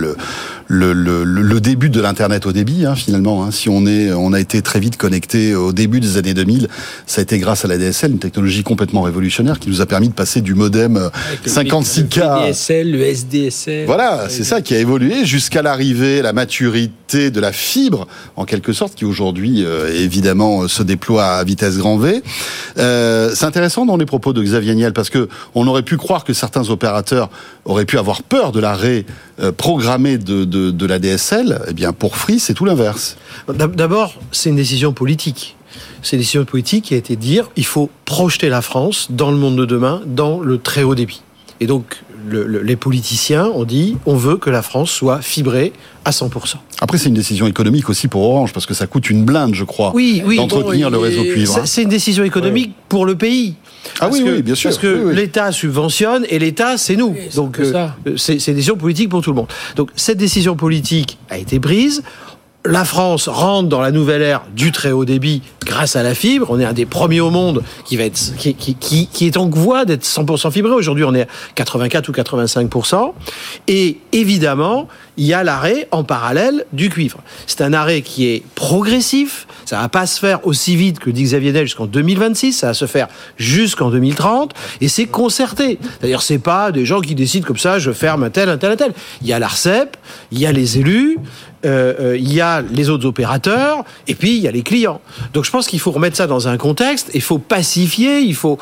le début de l'Internet au débit, finalement. Si on a été très vite connecté au début des années 2000, ça a été grâce à la DSL, une technologie complètement révolutionnaire qui nous a permis de passer du modem 56K. Le DSL, le SDSL. Voilà, c'est ça qui a évolué jusqu'à l'arrivée, la maturité de la fibre, en quelque sorte, qui aujourd'hui, évidemment, se déploie à vitesse grand V. C'est intéressant dans les propos de Xavier Niel, parce que on aurait pu croire que certains opérateurs auraient pu avoir peur de l'arrêt programmé de la DSL. Eh bien, pour Free, c'est tout l'inverse. D'abord, c'est une décision politique. C'est une décision politique qui a été de dire il faut projeter la France dans le monde de demain, dans le très haut débit. Et donc, les politiciens ont dit on veut que la France soit fibrée à 100%. Après, c'est une décision économique aussi pour Orange, parce que ça coûte une blinde, je crois, d'entretenir le réseau cuivre. C'est une décision économique pour le pays. Oui, bien sûr. Parce que l'État subventionne et l'État, c'est nous. Donc, c'est une décision politique pour tout le monde. Donc, cette décision politique a été prise. La France rentre dans la nouvelle ère du très haut débit grâce à la fibre. On est un des premiers au monde qui est en voie d'être 100% fibré. Aujourd'hui, on est à 84 ou 85%. Et évidemment, il y a l'arrêt en parallèle du cuivre. C'est un arrêt qui est progressif. Ça va pas se faire aussi vite que dit Xavier Niel jusqu'en 2026. Ça va se faire jusqu'en 2030. Et c'est concerté. C'est-à-dire, c'est pas des gens qui décident comme ça, je ferme un tel. Il y a l'ARCEP, il y a les élus, il y a les autres opérateurs, et puis il y a les clients. Donc je pense qu'il faut remettre ça dans un contexte, il faut pacifier, il faut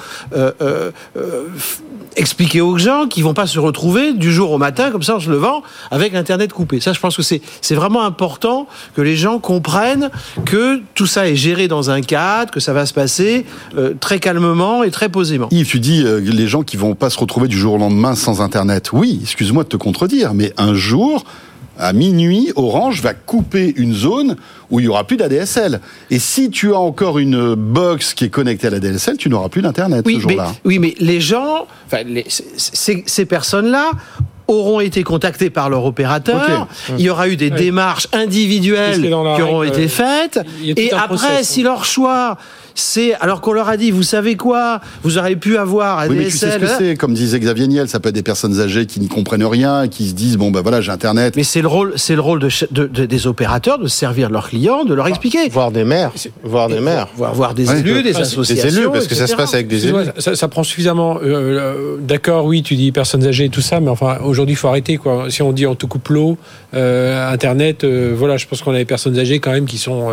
expliquer aux gens qu'ils vont pas se retrouver du jour au matin, comme ça en se levant, avec Internet coupé. Ça, je pense que c'est vraiment important que les gens comprennent que tout ça est géré dans un cadre, que ça va se passer très calmement et très posément. Yves, tu dis les gens qui vont pas se retrouver du jour au lendemain sans Internet. Oui, excuse-moi de te contredire, mais un jour, à minuit, Orange va couper une zone où il n'y aura plus d'ADSL. Et si tu as encore une box qui est connectée à la DSL, tu n'auras plus d'Internet ce jour-là. Mais les gens, ces personnes-là auront été contactés par leur opérateur. Okay. Il y aura eu des démarches individuelles qui auront été faites. Et après, si leur choix... c'est alors qu'on leur a dit, vous savez quoi, vous auriez pu avoir ADSL. Oui, mais tu sais ce que c'est, comme disait Xavier Niel, ça peut être des personnes âgées qui n'y comprennent rien, qui se disent j'ai Internet. Mais c'est le rôle des opérateurs de servir leurs clients, de leur expliquer. Voir des maires, voir des élus, des associations, des élus, parce que ça se passe avec des élus. Ça prend suffisamment. D'accord, oui, tu dis personnes âgées et tout ça, mais enfin aujourd'hui il faut arrêter quoi. Si on dit on te coupe l'eau, Internet, je pense qu'on a des personnes âgées quand même qui sont.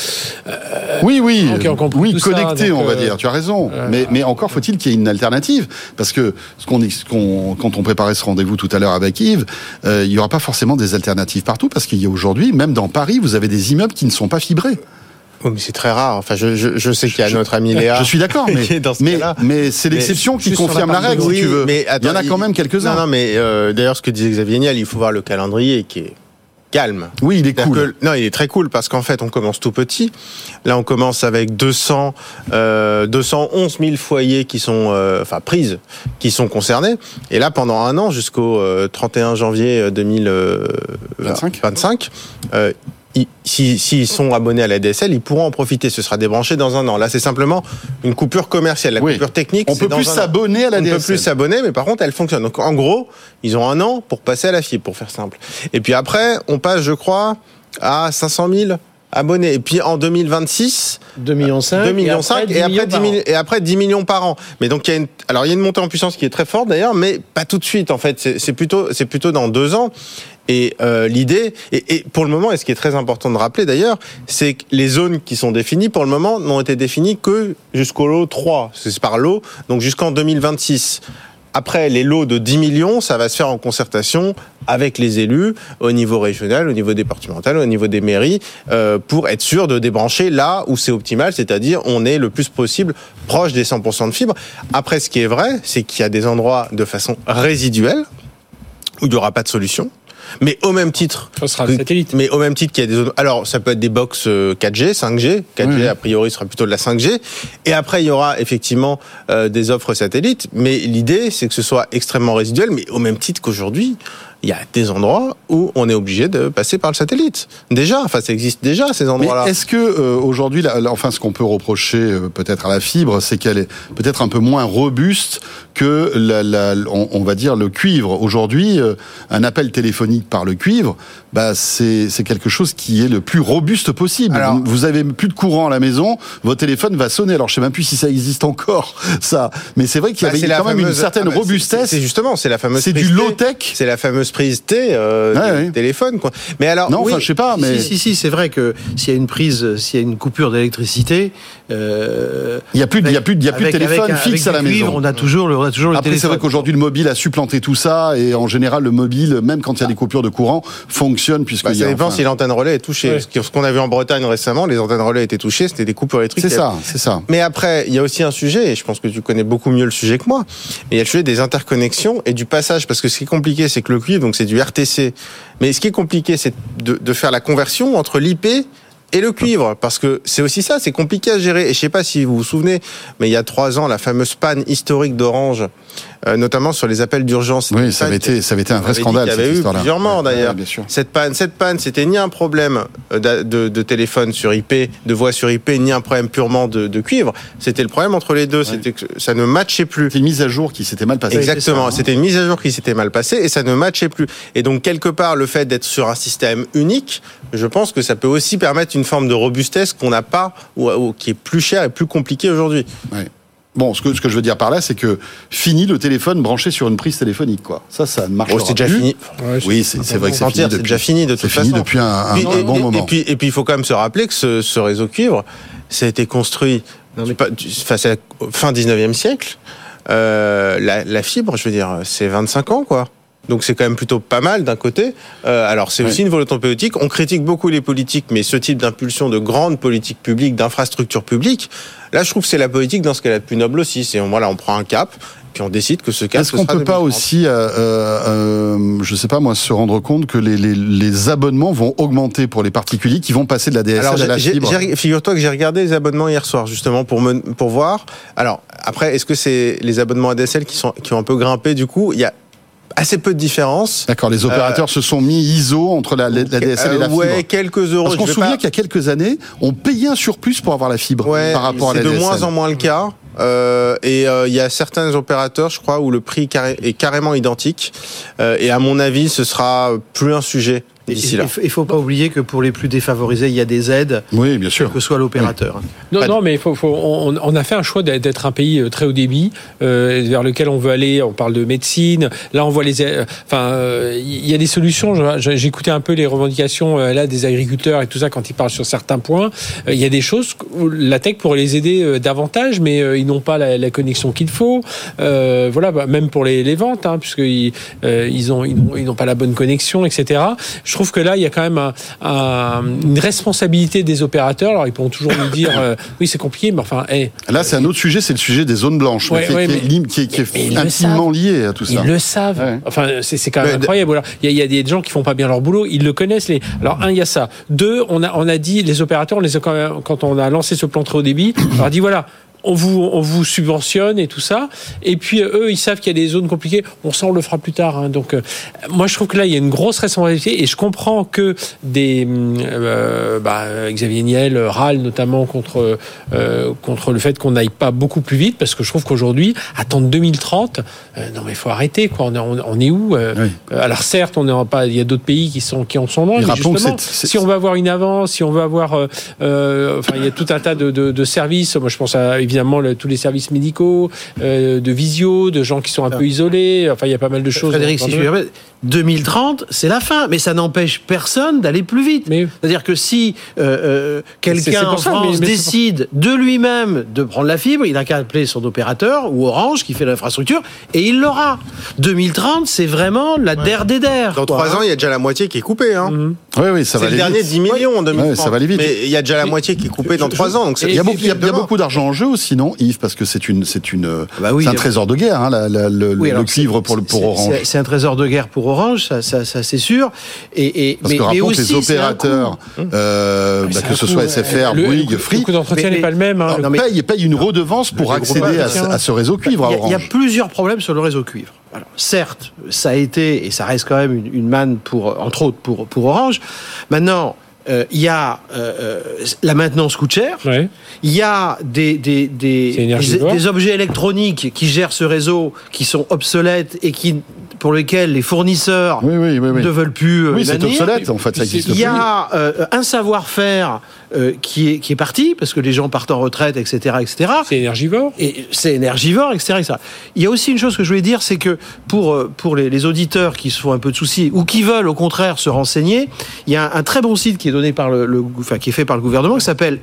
Oui, connecté, on va dire. Tu as raison. Mais encore faut-il qu'il y ait une alternative, parce que quand on préparait ce rendez-vous tout à l'heure avec Yves, il y aura pas forcément des alternatives partout, parce qu'il y a aujourd'hui, même dans Paris, vous avez des immeubles qui ne sont pas fibrés. Oui, mais c'est très rare. Enfin, je sais qu'il y a notre ami Léa. Je suis d'accord, mais c'est l'exception qui confirme la règle, si tu veux. Mais attends, il y en a quand même quelques-uns. Non, mais d'ailleurs, ce que disait Xavier Niel, il faut voir le calendrier qui est calme. Oui, il est cool. Il est très cool parce qu'en fait, on commence tout petit. Là, on commence avec 211 000 foyers qui sont, prises, qui sont concernés. Et là, pendant un an, jusqu'au 31 janvier 2025, s'ils sont abonnés à la DSL, ils pourront en profiter. Ce sera débranché dans un an. Là, c'est simplement une coupure commerciale. La coupure technique, on peut plus s'abonner à la DSL. On peut plus s'abonner, mais par contre, elle fonctionne. Donc, en gros, ils ont un an pour passer à la fibre, pour faire simple. Et puis après, on passe, je crois, à 500 000 abonnés. Et puis en 2026, 2,5 millions, et après 10 millions par an. Mais donc il y a une montée en puissance qui est très forte d'ailleurs, mais pas tout de suite en fait. C'est plutôt dans 2 ans. Et l'idée, et pour le moment, et ce qui est très important de rappeler d'ailleurs, c'est que les zones qui sont définies, pour le moment, n'ont été définies que jusqu'au lot 3. C'est par lot, donc jusqu'en 2026. Après, les lots de 10 millions, ça va se faire en concertation avec les élus au niveau régional, au niveau départemental, au niveau des mairies, pour être sûr de débrancher là où c'est optimal, c'est-à-dire on est le plus possible proche des 100% de fibre. Après, ce qui est vrai, c'est qu'il y a des endroits de façon résiduelle où il n'y aura pas de solution. Mais au même titre, ça sera le satellite. Mais au même titre qu'il y a des zones, alors ça peut être des box 4G, 5G. 4G a priori sera plutôt de la 5G. Et après il y aura effectivement des offres satellites. Mais l'idée c'est que ce soit extrêmement résiduel, mais au même titre qu'aujourd'hui. Il y a des endroits où on est obligé de passer par le satellite. Déjà, enfin, ça existe déjà, ces endroits-là. Mais est-ce que, aujourd'hui, enfin, ce qu'on peut reprocher peut-être à la fibre, c'est qu'elle est peut-être un peu moins robuste que, on va dire, le cuivre. Aujourd'hui, un appel téléphonique par le cuivre, c'est quelque chose qui est le plus robuste possible. Alors, vous avez plus de courant à la maison, votre téléphone va sonner. Alors, je sais même plus si ça existe encore, ça. Mais c'est vrai qu'il y avait quand même une certaine robustesse. C'est la fameuse. C'est du low-tech. C'est la fameuse prise T téléphone, quoi. Mais alors, non, enfin, je sais pas, mais si, c'est vrai que s'il y a une coupure d'électricité, il y a plus de téléphone fixe à la maison. On a toujours le téléphone. Après, c'est vrai qu'aujourd'hui le mobile a supplanté tout ça, et en général le mobile, même quand il y a des coupures de courant, fonctionne puisque ça dépend si l'antenne relais est touchée. Ouais. Ce qu'on a vu en Bretagne récemment, les antennes relais étaient touchées, c'était des coupures électriques. C'est ça. Mais après, il y a aussi un sujet, et je pense que tu connais beaucoup mieux le sujet que moi. Mais il y a le sujet des interconnexions et du passage, parce que ce qui est compliqué, c'est que le cuivre, donc c'est du RTC. Mais ce qui est compliqué, c'est de faire la conversion entre l'IP et le cuivre, parce que c'est aussi ça, c'est compliqué à gérer. Et je sais pas si vous vous souvenez, mais il y a 3 ans, la fameuse panne historique d'Orange, notamment sur les appels d'urgence. Oui, ça avait été un vrai scandale. Il y avait eu plusieurs morts d'ailleurs. Bien sûr. Cette panne, c'était ni un problème de téléphone sur IP, de voix sur IP, ni un problème purement de cuivre. C'était le problème entre les deux. Ouais. C'était que ça ne matchait plus. C'était une mise à jour qui s'était mal passée. Exactement. C'était une mise à jour qui s'était mal passée et ça ne matchait plus. Et donc quelque part, le fait d'être sur un système unique, je pense que ça peut aussi permettre une forme de robustesse qu'on n'a pas ou qui est plus cher et plus compliqué aujourd'hui. Ouais. Bon, ce que je veux dire par là, c'est que fini le téléphone branché sur une prise téléphonique, quoi. Ça ne marchera plus. C'est déjà fini. Ouais, oui, c'est vrai que c'est déjà fini de toute façon. C'est fini depuis un bon moment. Et puis, il faut quand même se rappeler que ce réseau cuivre, ça a été construit fin 19e siècle. La fibre, je veux dire, c'est 25 ans, quoi. Donc c'est quand même plutôt pas mal d'un côté. Alors c'est aussi une volonté politique. On critique beaucoup les politiques, mais ce type d'impulsion de grandes politiques publiques, d'infrastructures publiques, là je trouve que c'est la politique dans ce qu'elle a de plus noble aussi. C'est on prend un cap, puis on décide que ce cap. Est-ce qu'on peut pas aussi, je sais pas moi, se rendre compte que les abonnements vont augmenter pour les particuliers qui vont passer de la DSL à la fibre? Figure-toi que j'ai regardé les abonnements hier soir justement pour voir. Alors après, est-ce que c'est les abonnements ADSL qui ont un peu grimpé du coup? Il y a assez peu de différence. D'accord, les opérateurs se sont mis ISO entre la DSL et la fibre. Ouais, quelques euros. Parce qu'on se souvient qu'il y a quelques années, on payait un surplus pour avoir la fibre par rapport à la DSL. C'est de moins en moins le cas. Il y a certains opérateurs, je crois, où le prix est carrément identique. Et à mon avis, ce sera plus un sujet d'ici là. Il faut pas oublier que pour les plus défavorisés, il y a des aides. Oui, bien sûr. Que soit l'opérateur. Oui. Non, mais on a fait un choix d'être un pays très haut débit vers lequel on veut aller. On parle de médecine. Là, on voit il y a des solutions. J'écoutais un peu les revendications là des agriculteurs et tout ça quand ils parlent sur certains points. Il y a des choses où la tech pourrait les aider davantage, mais ils n'ont pas la connexion qu'il faut. Même pour les ventes, puisqu'ils n'ont pas la bonne connexion, etc. Je trouve que là, il y a quand même une responsabilité des opérateurs. Alors, ils pourront toujours nous dire, oui, c'est compliqué, mais enfin... Là, c'est un autre sujet, c'est le sujet des zones blanches, qui est intimement lié à tout ça. Ils le savent. Ouais. Enfin, c'est quand même incroyable. Alors, il y a des gens qui font pas bien leur boulot, ils le connaissent. Alors, il y a ça. 2, on a dit, les opérateurs, quand on a lancé ce plan très haut débit, on leur a dit, voilà, on vous subventionne et tout ça. Et puis, eux, ils savent qu'il y a des zones compliquées. On le fera plus tard. Donc, moi, je trouve que là, il y a une grosse responsabilité. Et je comprends que Xavier Niel râle notamment contre le fait qu'on n'aille pas beaucoup plus vite. Parce que je trouve qu'aujourd'hui, attendre 2030, non, mais il faut arrêter, quoi. On est où? Oui. Alors, certes, il y a d'autres pays qui en sont loin. Mais justement, si on veut avoir une avance, si on veut avoir, il y a tout un tas de services. Moi, je pense à, évidemment, évidemment tous les services médicaux, de visio, de gens qui sont un peu isolés. Enfin, il y a pas mal de choses. Frédéric, si je puis permettre, 2030, c'est la fin, mais ça n'empêche personne d'aller plus vite. C'est-à-dire que si quelqu'un en France décide de lui-même de prendre la fibre, il n'a qu'à appeler son opérateur ou Orange qui fait l'infrastructure et il l'aura. 2030, c'est vraiment la der des der. Dans 3 ans, il y a déjà la moitié qui est coupée. Hein. Oui, ça va aller vite. C'est le dernier 10 millions en 2030. Ouais, ça va aller vite. Mais il y a déjà la moitié qui est coupée dans 3 ans. Donc il y a beaucoup d'argent en jeu aussi, non, Yves, parce que c'est un trésor de guerre, hein, le cuivre pour Orange. C'est un trésor de guerre pour Orange, ça c'est sûr. Parce que rappelons que les opérateurs, que ce soit SFR, Bouygues, Free, le coût d'entretien n'est pas le même. Paye une redevance pour accéder à ce réseau cuivre à Orange. Il y a plusieurs problèmes sur le réseau cuivre. Alors, certes, ça a été et ça reste quand même une manne entre autres pour Orange. Maintenant, il y a la maintenance coûte cher. Ouais. Il y a des objets électroniques qui gèrent ce réseau qui sont obsolètes et pour lesquels les fournisseurs ne veulent plus. Oui, c'est obsolète en fait. Ça existe plus. Il y a un savoir-faire qui est parti parce que les gens partent en retraite, etc., etc. C'est énergivore. Et c'est énergivore, etc., etc. Il y a aussi une chose que je voulais dire, c'est que pour les auditeurs qui se font un peu de soucis ou qui veulent au contraire se renseigner, il y a un très bon site qui est donné par qui est fait par le gouvernement qui s'appelle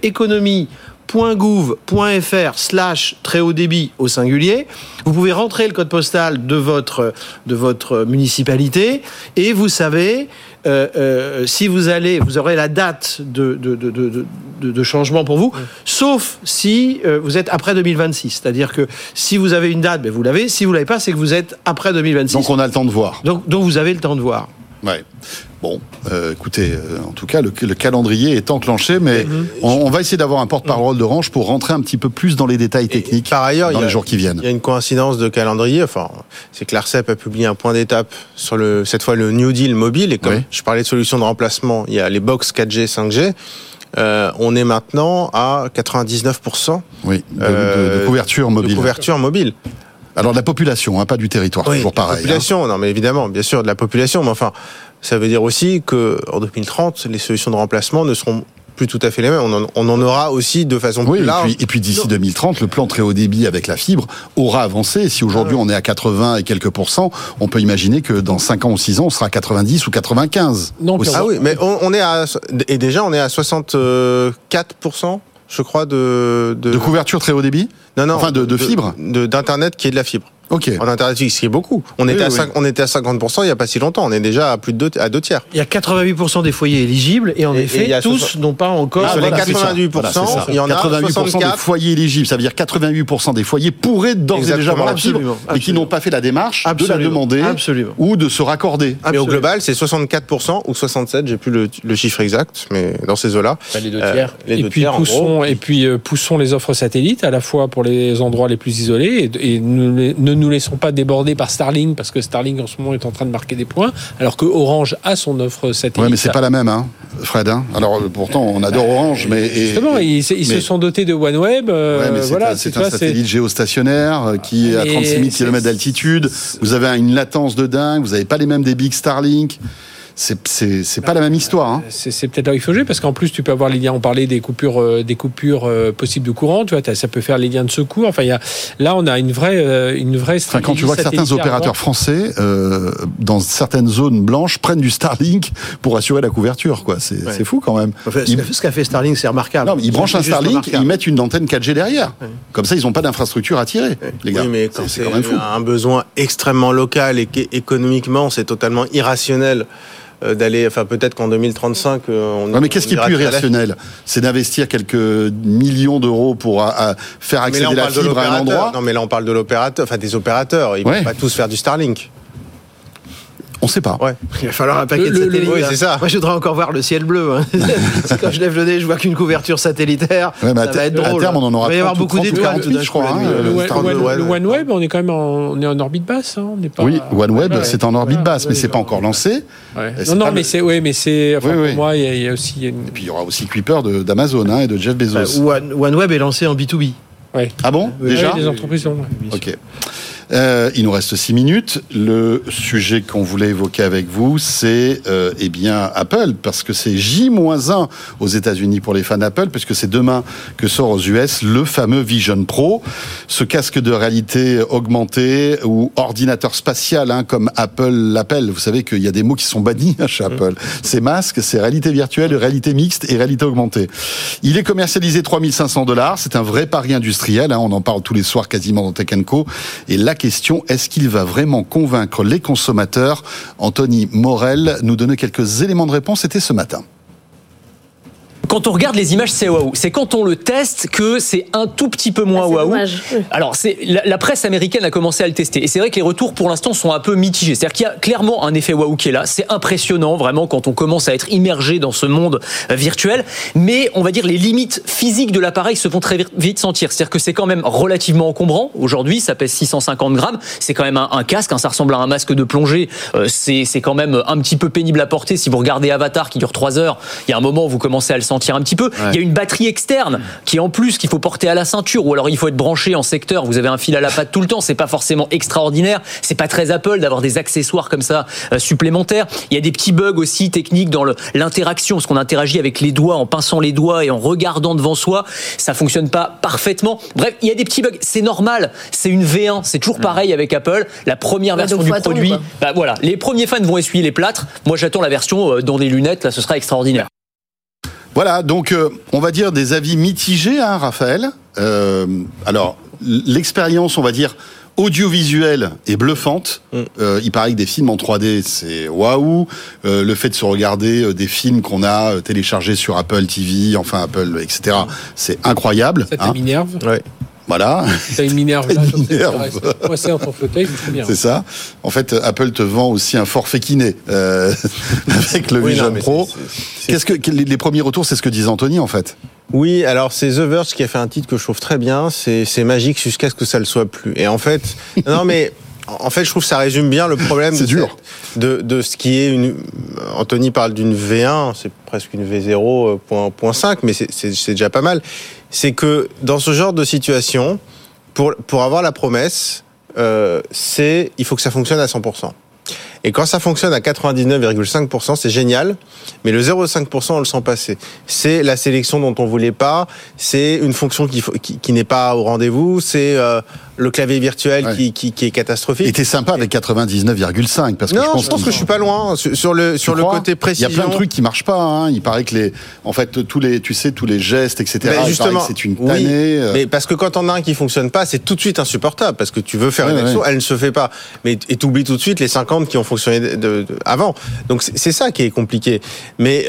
économie.gouv.fr/très haut débit au singulier. Vous pouvez rentrer le code postal de votre municipalité et vous savez si vous aurez la date de changement pour vous, sauf si vous êtes après 2026. C'est-à-dire que si vous avez une date, vous l'avez. Si vous l'avez pas, c'est que vous êtes après 2026. Donc on a le temps de voir. Donc vous avez le temps de voir. Ouais. Bon, écoutez, en tout cas, le calendrier est enclenché, mais on va essayer d'avoir un porte-parole d'Orange pour rentrer un petit peu plus dans les détails techniques par ailleurs, dans les jours qui viennent. Il y a une coïncidence de calendrier. Enfin, c'est que l'ARCEP a publié un point d'étape sur cette fois le New Deal mobile. Et comme je parlais de solutions de remplacement, il y a les box 4G, 5G. On est maintenant à 99% de couverture mobile. De couverture mobile. Alors de la population, pas du territoire, toujours pareil. La population, non mais évidemment, bien sûr, de la population, mais enfin, ça veut dire aussi qu'en 2030, les solutions de remplacement ne seront plus tout à fait les mêmes. On en aura aussi de façon plus large. Et puis d'ici 2030, le plan très haut débit avec la fibre aura avancé. Si aujourd'hui on est à 80 et quelques %, on peut imaginer que dans 5 ans ou 6 ans, on sera à 90 ou 95. Non, mais on est à 64%. Je crois de couverture très haut débit. Non, enfin de fibre, d'internet qui est de la fibre. Ok. En internet fixe, ce qui est beaucoup. On était à 50% il y a pas si longtemps. On est déjà à plus de 2 tiers. Il y a 88% des foyers éligibles et en effet, tous n'ont pas encore. Sur les 88%, il y en a 88% des foyers éligibles. Ça veut dire 88% des foyers pourraient d'ores et déjà avoir la fibre et qui n'ont pas fait la démarche de la demander ou de se raccorder. Mais au global, c'est 64% ou 67%. J'ai plus le chiffre exact, mais dans ces eaux-là. Les 2 tiers. Et puis poussons les offres satellites à la fois pour les endroits les plus isolés et ne nous laissons pas déborder par Starlink parce que Starlink en ce moment est en train de marquer des points alors que Orange a son offre satellite. Ouais, mais c'est pas la même, Fred. Alors pourtant on adore Orange, mais justement ils se sont dotés de OneWeb. C'est un satellite géostationnaire qui est à 36 000 km d'altitude. Vous avez une latence de dingue. Vous n'avez pas les mêmes débits que Starlink. C'est pas la même histoire. C'est peut-être là où il faut jouer parce qu'en plus tu peux avoir les liens. On parlait des coupures possibles de courant. Tu vois, ça peut faire les liens de secours. Enfin, là on a une vraie stratégie. Quand tu vois que certains opérateurs français dans certaines zones blanches prennent du Starlink pour assurer la couverture, quoi. C'est fou quand même. Enfin, ce qu'a fait Starlink, c'est remarquable. Non, ils branchent un Starlink et ils mettent une antenne 4G derrière. Ouais. Comme ça, ils n'ont pas d'infrastructure à tirer. Les gars. Oui, mais quand c'est quand même fou. Un besoin extrêmement local et qu'économiquement c'est totalement irrationnel. D'aller, peut-être qu'en 2035, mais qu'est-ce qui est plus irrationnel ? C'est d'investir quelques millions d'euros pour faire accéder la fibre à un endroit. Non, mais là on parle de l'opérateur, des opérateurs. Ils ne vont pas tous faire du Starlink. On ne sait pas. Ouais. Il va falloir un paquet de satellites. Oui, c'est ça. Moi, je voudrais encore voir le ciel bleu. Quand je lève le nez, je vois qu'une couverture satellitaire. Ouais, ça va être drôle. À terme, on en aura. Il va y avoir beaucoup d'étoiles, je crois. Le OneWeb, on est quand même en orbite basse. Oui, OneWeb, c'est en orbite basse, mais c'est pas encore lancé. Non, mais c'est. Pour moi, il y a aussi. Et puis il y aura aussi Kuiper d'Amazon et de Jeff Bezos. OneWeb est lancé en B2B. Ah bon ? Déjà ? Les entreprises ont. Ok. Il nous reste 6 minutes. Le sujet qu'on voulait évoquer avec vous, c'est Apple, parce que c'est J-1 aux États-Unis pour les fans d'Apple, puisque c'est demain que sort aux US le fameux Vision Pro, ce casque de réalité augmentée ou ordinateur spatial, comme Apple l'appelle. Vous savez qu'il y a des mots qui sont bannis chez Apple. C'est masque, c'est réalité virtuelle, réalité mixte et réalité augmentée. Il est commercialisé $3 500. C'est un vrai pari industriel. On en parle tous les soirs quasiment dans Tech & Co. Et la question, est-ce qu'il va vraiment convaincre les consommateurs? Anthony Morel nous donnait quelques éléments de réponse. C'était ce matin. Quand on regarde les images, c'est waouh. C'est quand on le teste que c'est un tout petit peu moins waouh. Alors, la presse américaine a commencé à le tester. Et c'est vrai que les retours, pour l'instant, sont un peu mitigés. C'est-à-dire qu'il y a clairement un effet waouh qui est là. C'est impressionnant, vraiment, quand on commence à être immergé dans ce monde virtuel. Mais, on va dire, les limites physiques de l'appareil se font très vite sentir. C'est-à-dire que c'est quand même relativement encombrant. Aujourd'hui, ça pèse 650 grammes. C'est quand même un casque. Ça ressemble à un masque de plongée. C'est quand même un petit peu pénible à porter. Si vous regardez Avatar, qui dure 3 heures, il y a un moment où vous commencez à le sentir un petit peu. Ouais. Il y a une batterie externe qui en plus qu'il faut porter à la ceinture, ou alors il faut être branché en secteur. Vous avez un fil à la patte tout le temps. C'est pas forcément extraordinaire. C'est pas très Apple d'avoir des accessoires comme ça supplémentaires. Il y a des petits bugs aussi techniques dans l'interaction, parce qu'on interagit avec les doigts en pinçant les doigts et en regardant devant soi. Ça fonctionne pas parfaitement. Bref, il y a des petits bugs. C'est normal. C'est une V1. C'est toujours pareil avec Apple. La première version du produit. Voilà. Les premiers fans vont essuyer les plâtres. Moi, j'attends la version dans des lunettes. Là, ce sera extraordinaire. Voilà, donc on va dire des avis mitigés, Raphaël. Alors, l'expérience, on va dire, audiovisuelle est bluffante. Il paraît que des films en 3D, c'est waouh. Le fait de se regarder des films qu'on a téléchargés sur Apple TV, enfin Apple, etc., c'est incroyable. Ça m'énerve. Ouais. Voilà. T'as une Minerve là. Moi, c'est en ton fauteuil, je suis bien. C'est ça. En fait, Apple te vend aussi un forfait kiné avec le Vision Pro. Qu'est-ce que les premiers retours, c'est ce que disait Anthony en fait. Oui, alors c'est The Verge qui a fait un titre que je trouve très bien. C'est magique jusqu'à ce que ça le soit plus. Et en fait, non mais. En fait, je trouve que ça résume bien le problème de ce qui est une. Anthony parle d'une V1, c'est presque une V0.5, mais c'est déjà pas mal. C'est que dans ce genre de situation, pour avoir la promesse, il faut que ça fonctionne à 100%. Et quand ça fonctionne à 99,5%, c'est génial, mais le 0,5%, on le sent passer. C'est la sélection dont on voulait pas, c'est une fonction qui n'est pas au rendez-vous, c'est le clavier virtuel qui est catastrophique. Et t'es sympa avec 99,5 parce que non, je pense que je suis pas loin sur le côté précision. Il y a plein de trucs qui marchent pas. Il paraît que tous les gestes, etc. Mais justement, que c'est une tannée. Mais parce que quand on a un qui fonctionne pas, c'est tout de suite insupportable parce que tu veux faire une action, elle ne se fait pas. Mais et t'oublies tout de suite les 50 qui ont fonctionné avant. Donc c'est ça qui est compliqué. Mais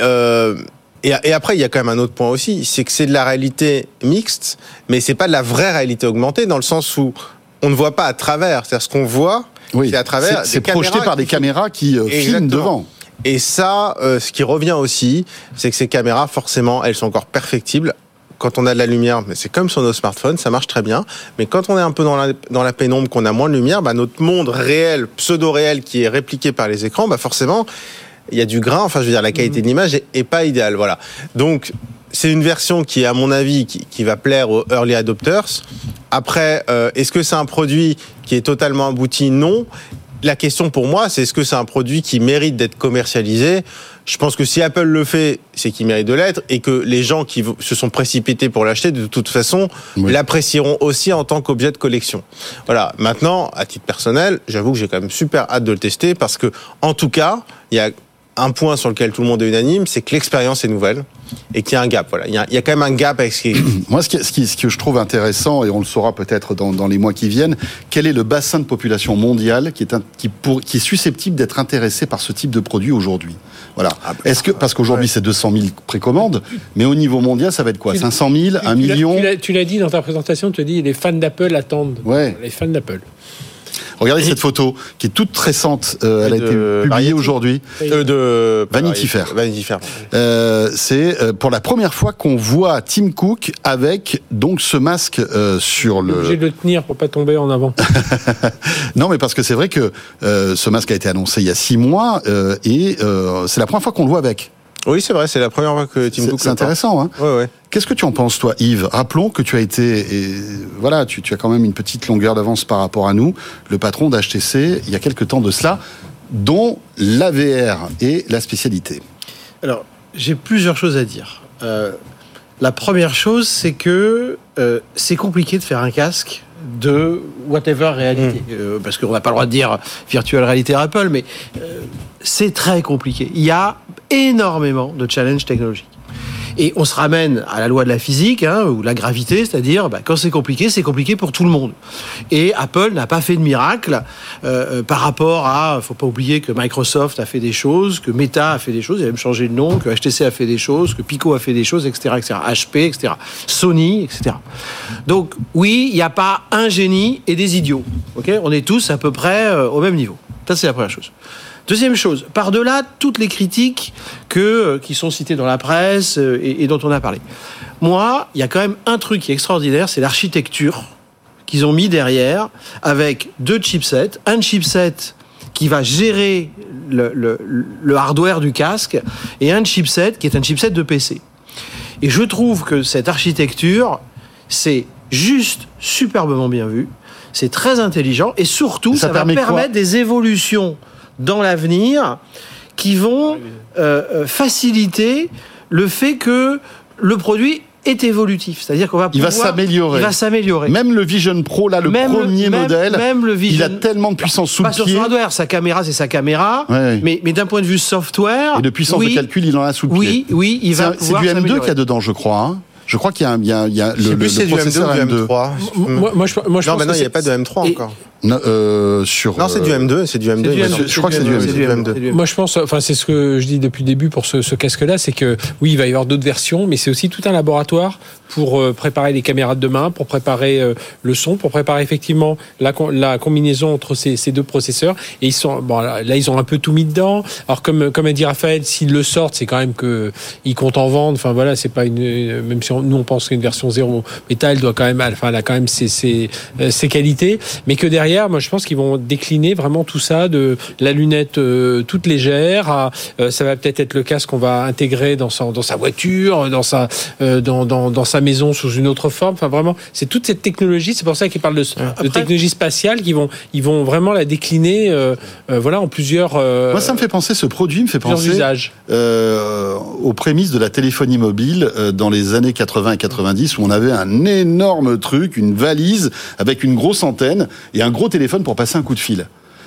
et après, il y a quand même un autre point aussi, c'est que c'est de la réalité mixte, mais c'est pas de la vraie réalité augmentée, dans le sens où on ne voit pas à travers. C'est-à-dire ce qu'on voit, c'est à travers. C'est projeté par des caméras qui filment devant. Et ça, ce qui revient aussi, c'est que ces caméras, forcément, elles sont encore perfectibles. Quand on a de la lumière, mais c'est comme sur nos smartphones, ça marche très bien. Mais quand on est un peu dans la pénombre, qu'on a moins de lumière, notre monde réel, pseudo-réel, qui est répliqué par les écrans, forcément, il y a du grain. Enfin, je veux dire, la qualité de l'image est pas idéale. Voilà. Donc, c'est une version qui, à mon avis, qui va plaire aux early adopters. Après, est-ce que c'est un produit qui est totalement abouti? Non. La question pour moi, c'est est-ce que c'est un produit qui mérite d'être commercialisé? Je pense que si Apple le fait, c'est qu'il mérite de l'être, et que les gens qui se sont précipités pour l'acheter, de toute façon, l'apprécieront aussi en tant qu'objet de collection. Voilà. Maintenant, à titre personnel, j'avoue que j'ai quand même super hâte de le tester, parce que, en tout cas, il y a un point sur lequel tout le monde est unanime, c'est que l'expérience est nouvelle et qu'il y a un gap. Voilà, il y a quand même un gap avec ce qui est... Moi, ce que je trouve intéressant, et on le saura peut-être dans les mois qui viennent, quel est le bassin de population mondial qui est susceptible d'être intéressé par ce type de produit aujourd'hui? Voilà. Est-ce que, parce qu'aujourd'hui c'est 200 000 précommandes, mais au niveau mondial, ça va être quoi? 500 000, 1 million? Tu l'as dit dans ta présentation, tu as dit les fans d'Apple attendent. Les fans d'Apple. Regardez cette photo qui est toute récente, elle a été publiée aujourd'hui. De Vanity Fair. C'est pour la première fois qu'on voit Tim Cook avec donc ce masque sur le. Obligé de le tenir pour pas tomber en avant. Non, mais parce que c'est vrai que ce masque a été annoncé il y a 6 mois et c'est la première fois qu'on le voit avec. Oui, c'est vrai, c'est la première fois que Tim Cook. C'est intéressant, hein. Ouais. Qu'est-ce que tu en penses, toi, Yves? Rappelons que tu as été, voilà, tu as quand même une petite longueur d'avance par rapport à nous, le patron d'HTC, il y a quelque temps de cela, dont l'AVR est la spécialité. Alors, j'ai plusieurs choses à dire. La première chose, c'est que c'est compliqué de faire un casque de whatever réalité. Parce qu'on n'a pas le droit de dire virtual réalité Apple, mais c'est très compliqué. Il y a énormément de challenges technologiques. Et on se ramène à la loi de la physique, ou la gravité, c'est-à-dire quand c'est compliqué pour tout le monde. Et Apple n'a pas fait de miracle par rapport à... faut pas oublier que Microsoft a fait des choses, que Meta a fait des choses, il a même changé de nom, que HTC a fait des choses, que Pico a fait des choses, etc., etc., HP, etc., Sony, etc. Donc oui, il n'y a pas un génie et des idiots. Okay, on est tous à peu près au même niveau. Ça, c'est la première chose. Deuxième chose, par-delà toutes les critiques qui sont citées dans la presse et dont on a parlé. Moi, il y a quand même un truc qui est extraordinaire, c'est l'architecture qu'ils ont mis derrière, avec 2 chipsets. Un chipset qui va gérer le hardware du casque, et un chipset qui est un chipset de PC. Et je trouve que cette architecture, c'est juste superbement bien vu, c'est très intelligent, et surtout, ça va permettre des évolutions dans l'avenir qui vont faciliter le fait que le produit est évolutif, c'est-à-dire qu'on va pouvoir... Il va s'améliorer. Même le Vision Pro, là, premier modèle, il a tellement de puissance sous le pied. Pas sur son hardware, sa caméra, c'est sa caméra, mais d'un point de vue software... Et de puissance de calcul, il en a sous le pied. Oui, il va pouvoir s'améliorer. C'est du M2 qu'il y a dedans, je crois, hein. Je crois qu'il y a le processeur M2 ou du M3. Moi, je pense non, maintenant, il n'y a pas de M3 encore. Non, c'est du M2, c'est du M2. Je crois que c'est du M2. Moi, je pense, c'est ce que je dis depuis le début pour ce casque-là, c'est que oui, il va y avoir d'autres versions, mais c'est aussi tout un laboratoire pour préparer les caméras de demain, pour préparer le son, pour préparer effectivement la combinaison entre ces 2 processeurs. Et ils sont, là, ils ont un peu tout mis dedans. Alors, comme a dit Raphaël, s'ils le sortent, c'est quand même que ils comptent en vendre. Enfin, voilà, c'est pas même si nous on pense qu'une version 0 métal elle a quand même ses qualités, mais que derrière, moi je pense qu'ils vont décliner vraiment tout ça, de la lunette toute légère ça va peut-être être le casque qu'on va intégrer dans sa voiture, dans sa maison sous une autre forme. Enfin, vraiment, c'est toute cette technologie. C'est pour ça qu'ils parlent de technologie spatiale, ils vont vraiment la décliner en plusieurs moi, ça me fait penser, ce produit me fait penser usages. Aux prémices de la téléphonie mobile dans les années 80 et 90, où on avait un énorme truc, une valise avec une grosse antenne et un gros téléphone pour passer un coup de fil.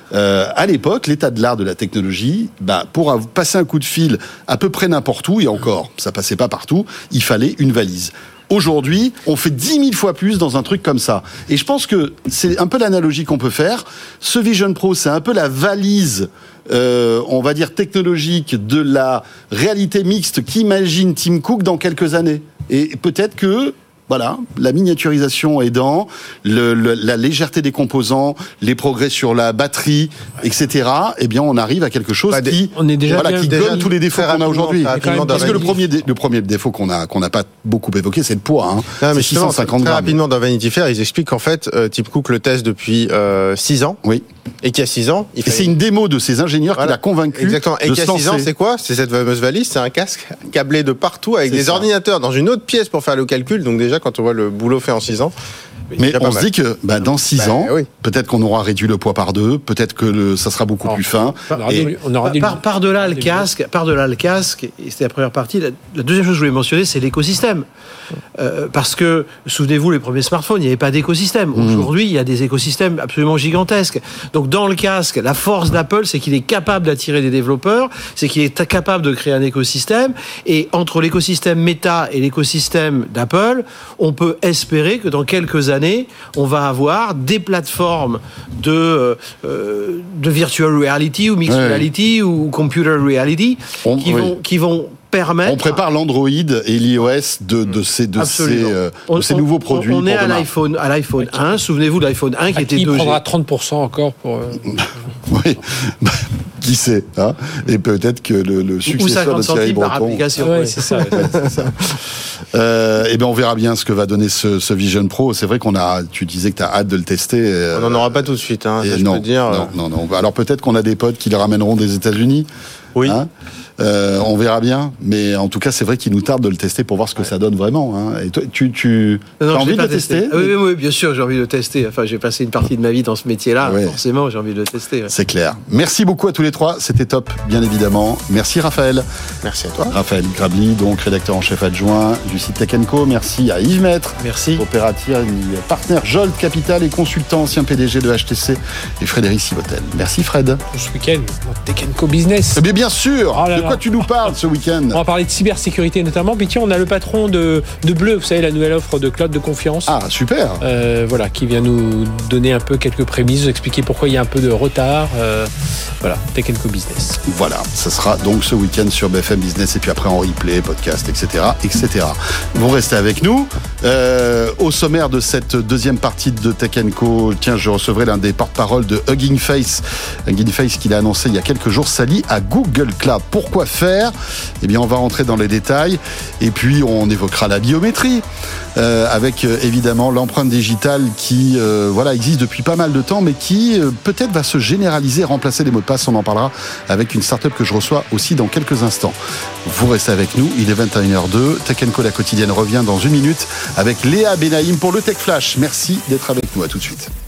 À l'époque, l'état de l'art de la technologie, pour passer un coup de fil à peu près n'importe où, et encore, ça passait pas partout, il fallait une valise. Aujourd'hui, on fait 10 000 fois plus dans un truc comme ça. Et je pense que c'est un peu l'analogie qu'on peut faire. Ce Vision Pro, c'est un peu la valise, on va dire technologique, de la réalité mixte qu'imagine Tim Cook dans quelques années. Et peut-être que, voilà, la miniaturisation aidant, la légèreté des composants, les progrès sur la batterie, etc. Eh bien, on arrive à quelque chose qui gomme tous les défauts qu'on a aujourd'hui. Parce que le premier défaut qu'on n'a pas beaucoup évoqué, c'est le poids. Hein. Non, mais 650 grammes. Très rapidement, dans Vanity Fair, ils expliquent qu'en fait, Tim Cook le teste depuis 6 ans. Oui. Et qu'il y a 6 ans, et c'est une démo de ces ingénieurs qui l'a convaincu. Exactement. Et qu'il y a 6 ans, c'est quoi? C'est cette fameuse valise, c'est un casque câblé de partout avec des ordinateurs dans une autre pièce pour faire le calcul. Donc déjà, quand on voit le boulot fait en 6 ans. Mais on se dit que dans 6 ans, peut-être qu'on aura réduit le poids par 2, peut-être que ça sera beaucoup plus fin. Par-delà le casque, et c'était la première partie, la deuxième chose que je voulais mentionner, c'est l'écosystème. Parce que, souvenez-vous, les premiers smartphones, il n'y avait pas d'écosystème. Aujourd'hui, il y a des écosystèmes absolument gigantesques. Donc dans le casque, la force d'Apple, c'est qu'il est capable d'attirer des développeurs, c'est qu'il est capable de créer un écosystème, et entre l'écosystème Meta et l'écosystème d'Apple, on peut espérer que dans quelques années, on va avoir des plateformes de virtual reality ou mixed reality ou computer reality qui vont permettre... On prépare l'Android et l'iOS de ces nouveaux produits. On est à l'iPhone 1, souvenez-vous de l'iPhone 1 qui était 2G. Il prendra 30% encore pour... Oui, qui sait, hein. Et peut-être que le successeur de Thierry Breton... Ouais, c'est ça. On verra bien ce que va donner ce Vision Pro. C'est vrai tu disais que tu as hâte de le tester. On n'en aura pas tout de suite, hein, je peux dire. Non. Alors peut-être qu'on a des potes qui le ramèneront des États-Unis. Oui. On verra bien, mais en tout cas, c'est vrai qu'il nous tarde de le tester pour voir ce que ça donne vraiment. Hein. Et toi, tu as envie de le tester ? Oui, bien sûr, j'ai envie de le tester. Enfin, j'ai passé une partie de ma vie dans ce métier-là, forcément, j'ai envie de le tester. Ouais. C'est clair. Merci beaucoup à tous les trois, c'était top, bien évidemment. Merci Raphaël. Merci à toi. Raphaël Grabli, donc rédacteur en chef adjoint du site Tech & Co. Merci à Yves Maître. Merci. Opérateur, partenaire Jolt Capital et consultant, ancien PDG de HTC, et Frédéric Sivotel. Merci Fred. Ce week-end, Tech & Co Business. Mais bien sûr. De quoi tu nous parles ce week-end ? On va parler de cybersécurité notamment. Puis tiens, on a le patron de Bleu, vous savez, la nouvelle offre de cloud de confiance. Ah, super. Voilà, qui vient nous donner un peu quelques prémices, nous expliquer pourquoi il y a un peu de retard. Voilà, Tech & Co Business. Voilà, ça sera donc ce week-end sur BFM Business et puis après en replay, podcast, etc. Vous restez avec nous. Au sommaire de cette deuxième partie de Tech & Co, tiens, je recevrai l'un des porte-parole de Hugging Face. Hugging Face qui l'a annoncé il y a quelques jours, s'allie à Google Cloud. Pourquoi faire ? Eh bien, on va rentrer dans les détails et puis on évoquera la biométrie avec évidemment l'empreinte digitale qui existe depuis pas mal de temps, mais qui peut-être va se généraliser, remplacer les mots de passe. On en parlera avec une start-up que je reçois aussi dans quelques instants. Vous restez avec nous, il est 21h02. Tech & Co, la quotidienne, revient dans une minute avec Léa Benaïm pour le Tech Flash. Merci d'être avec nous, à tout de suite.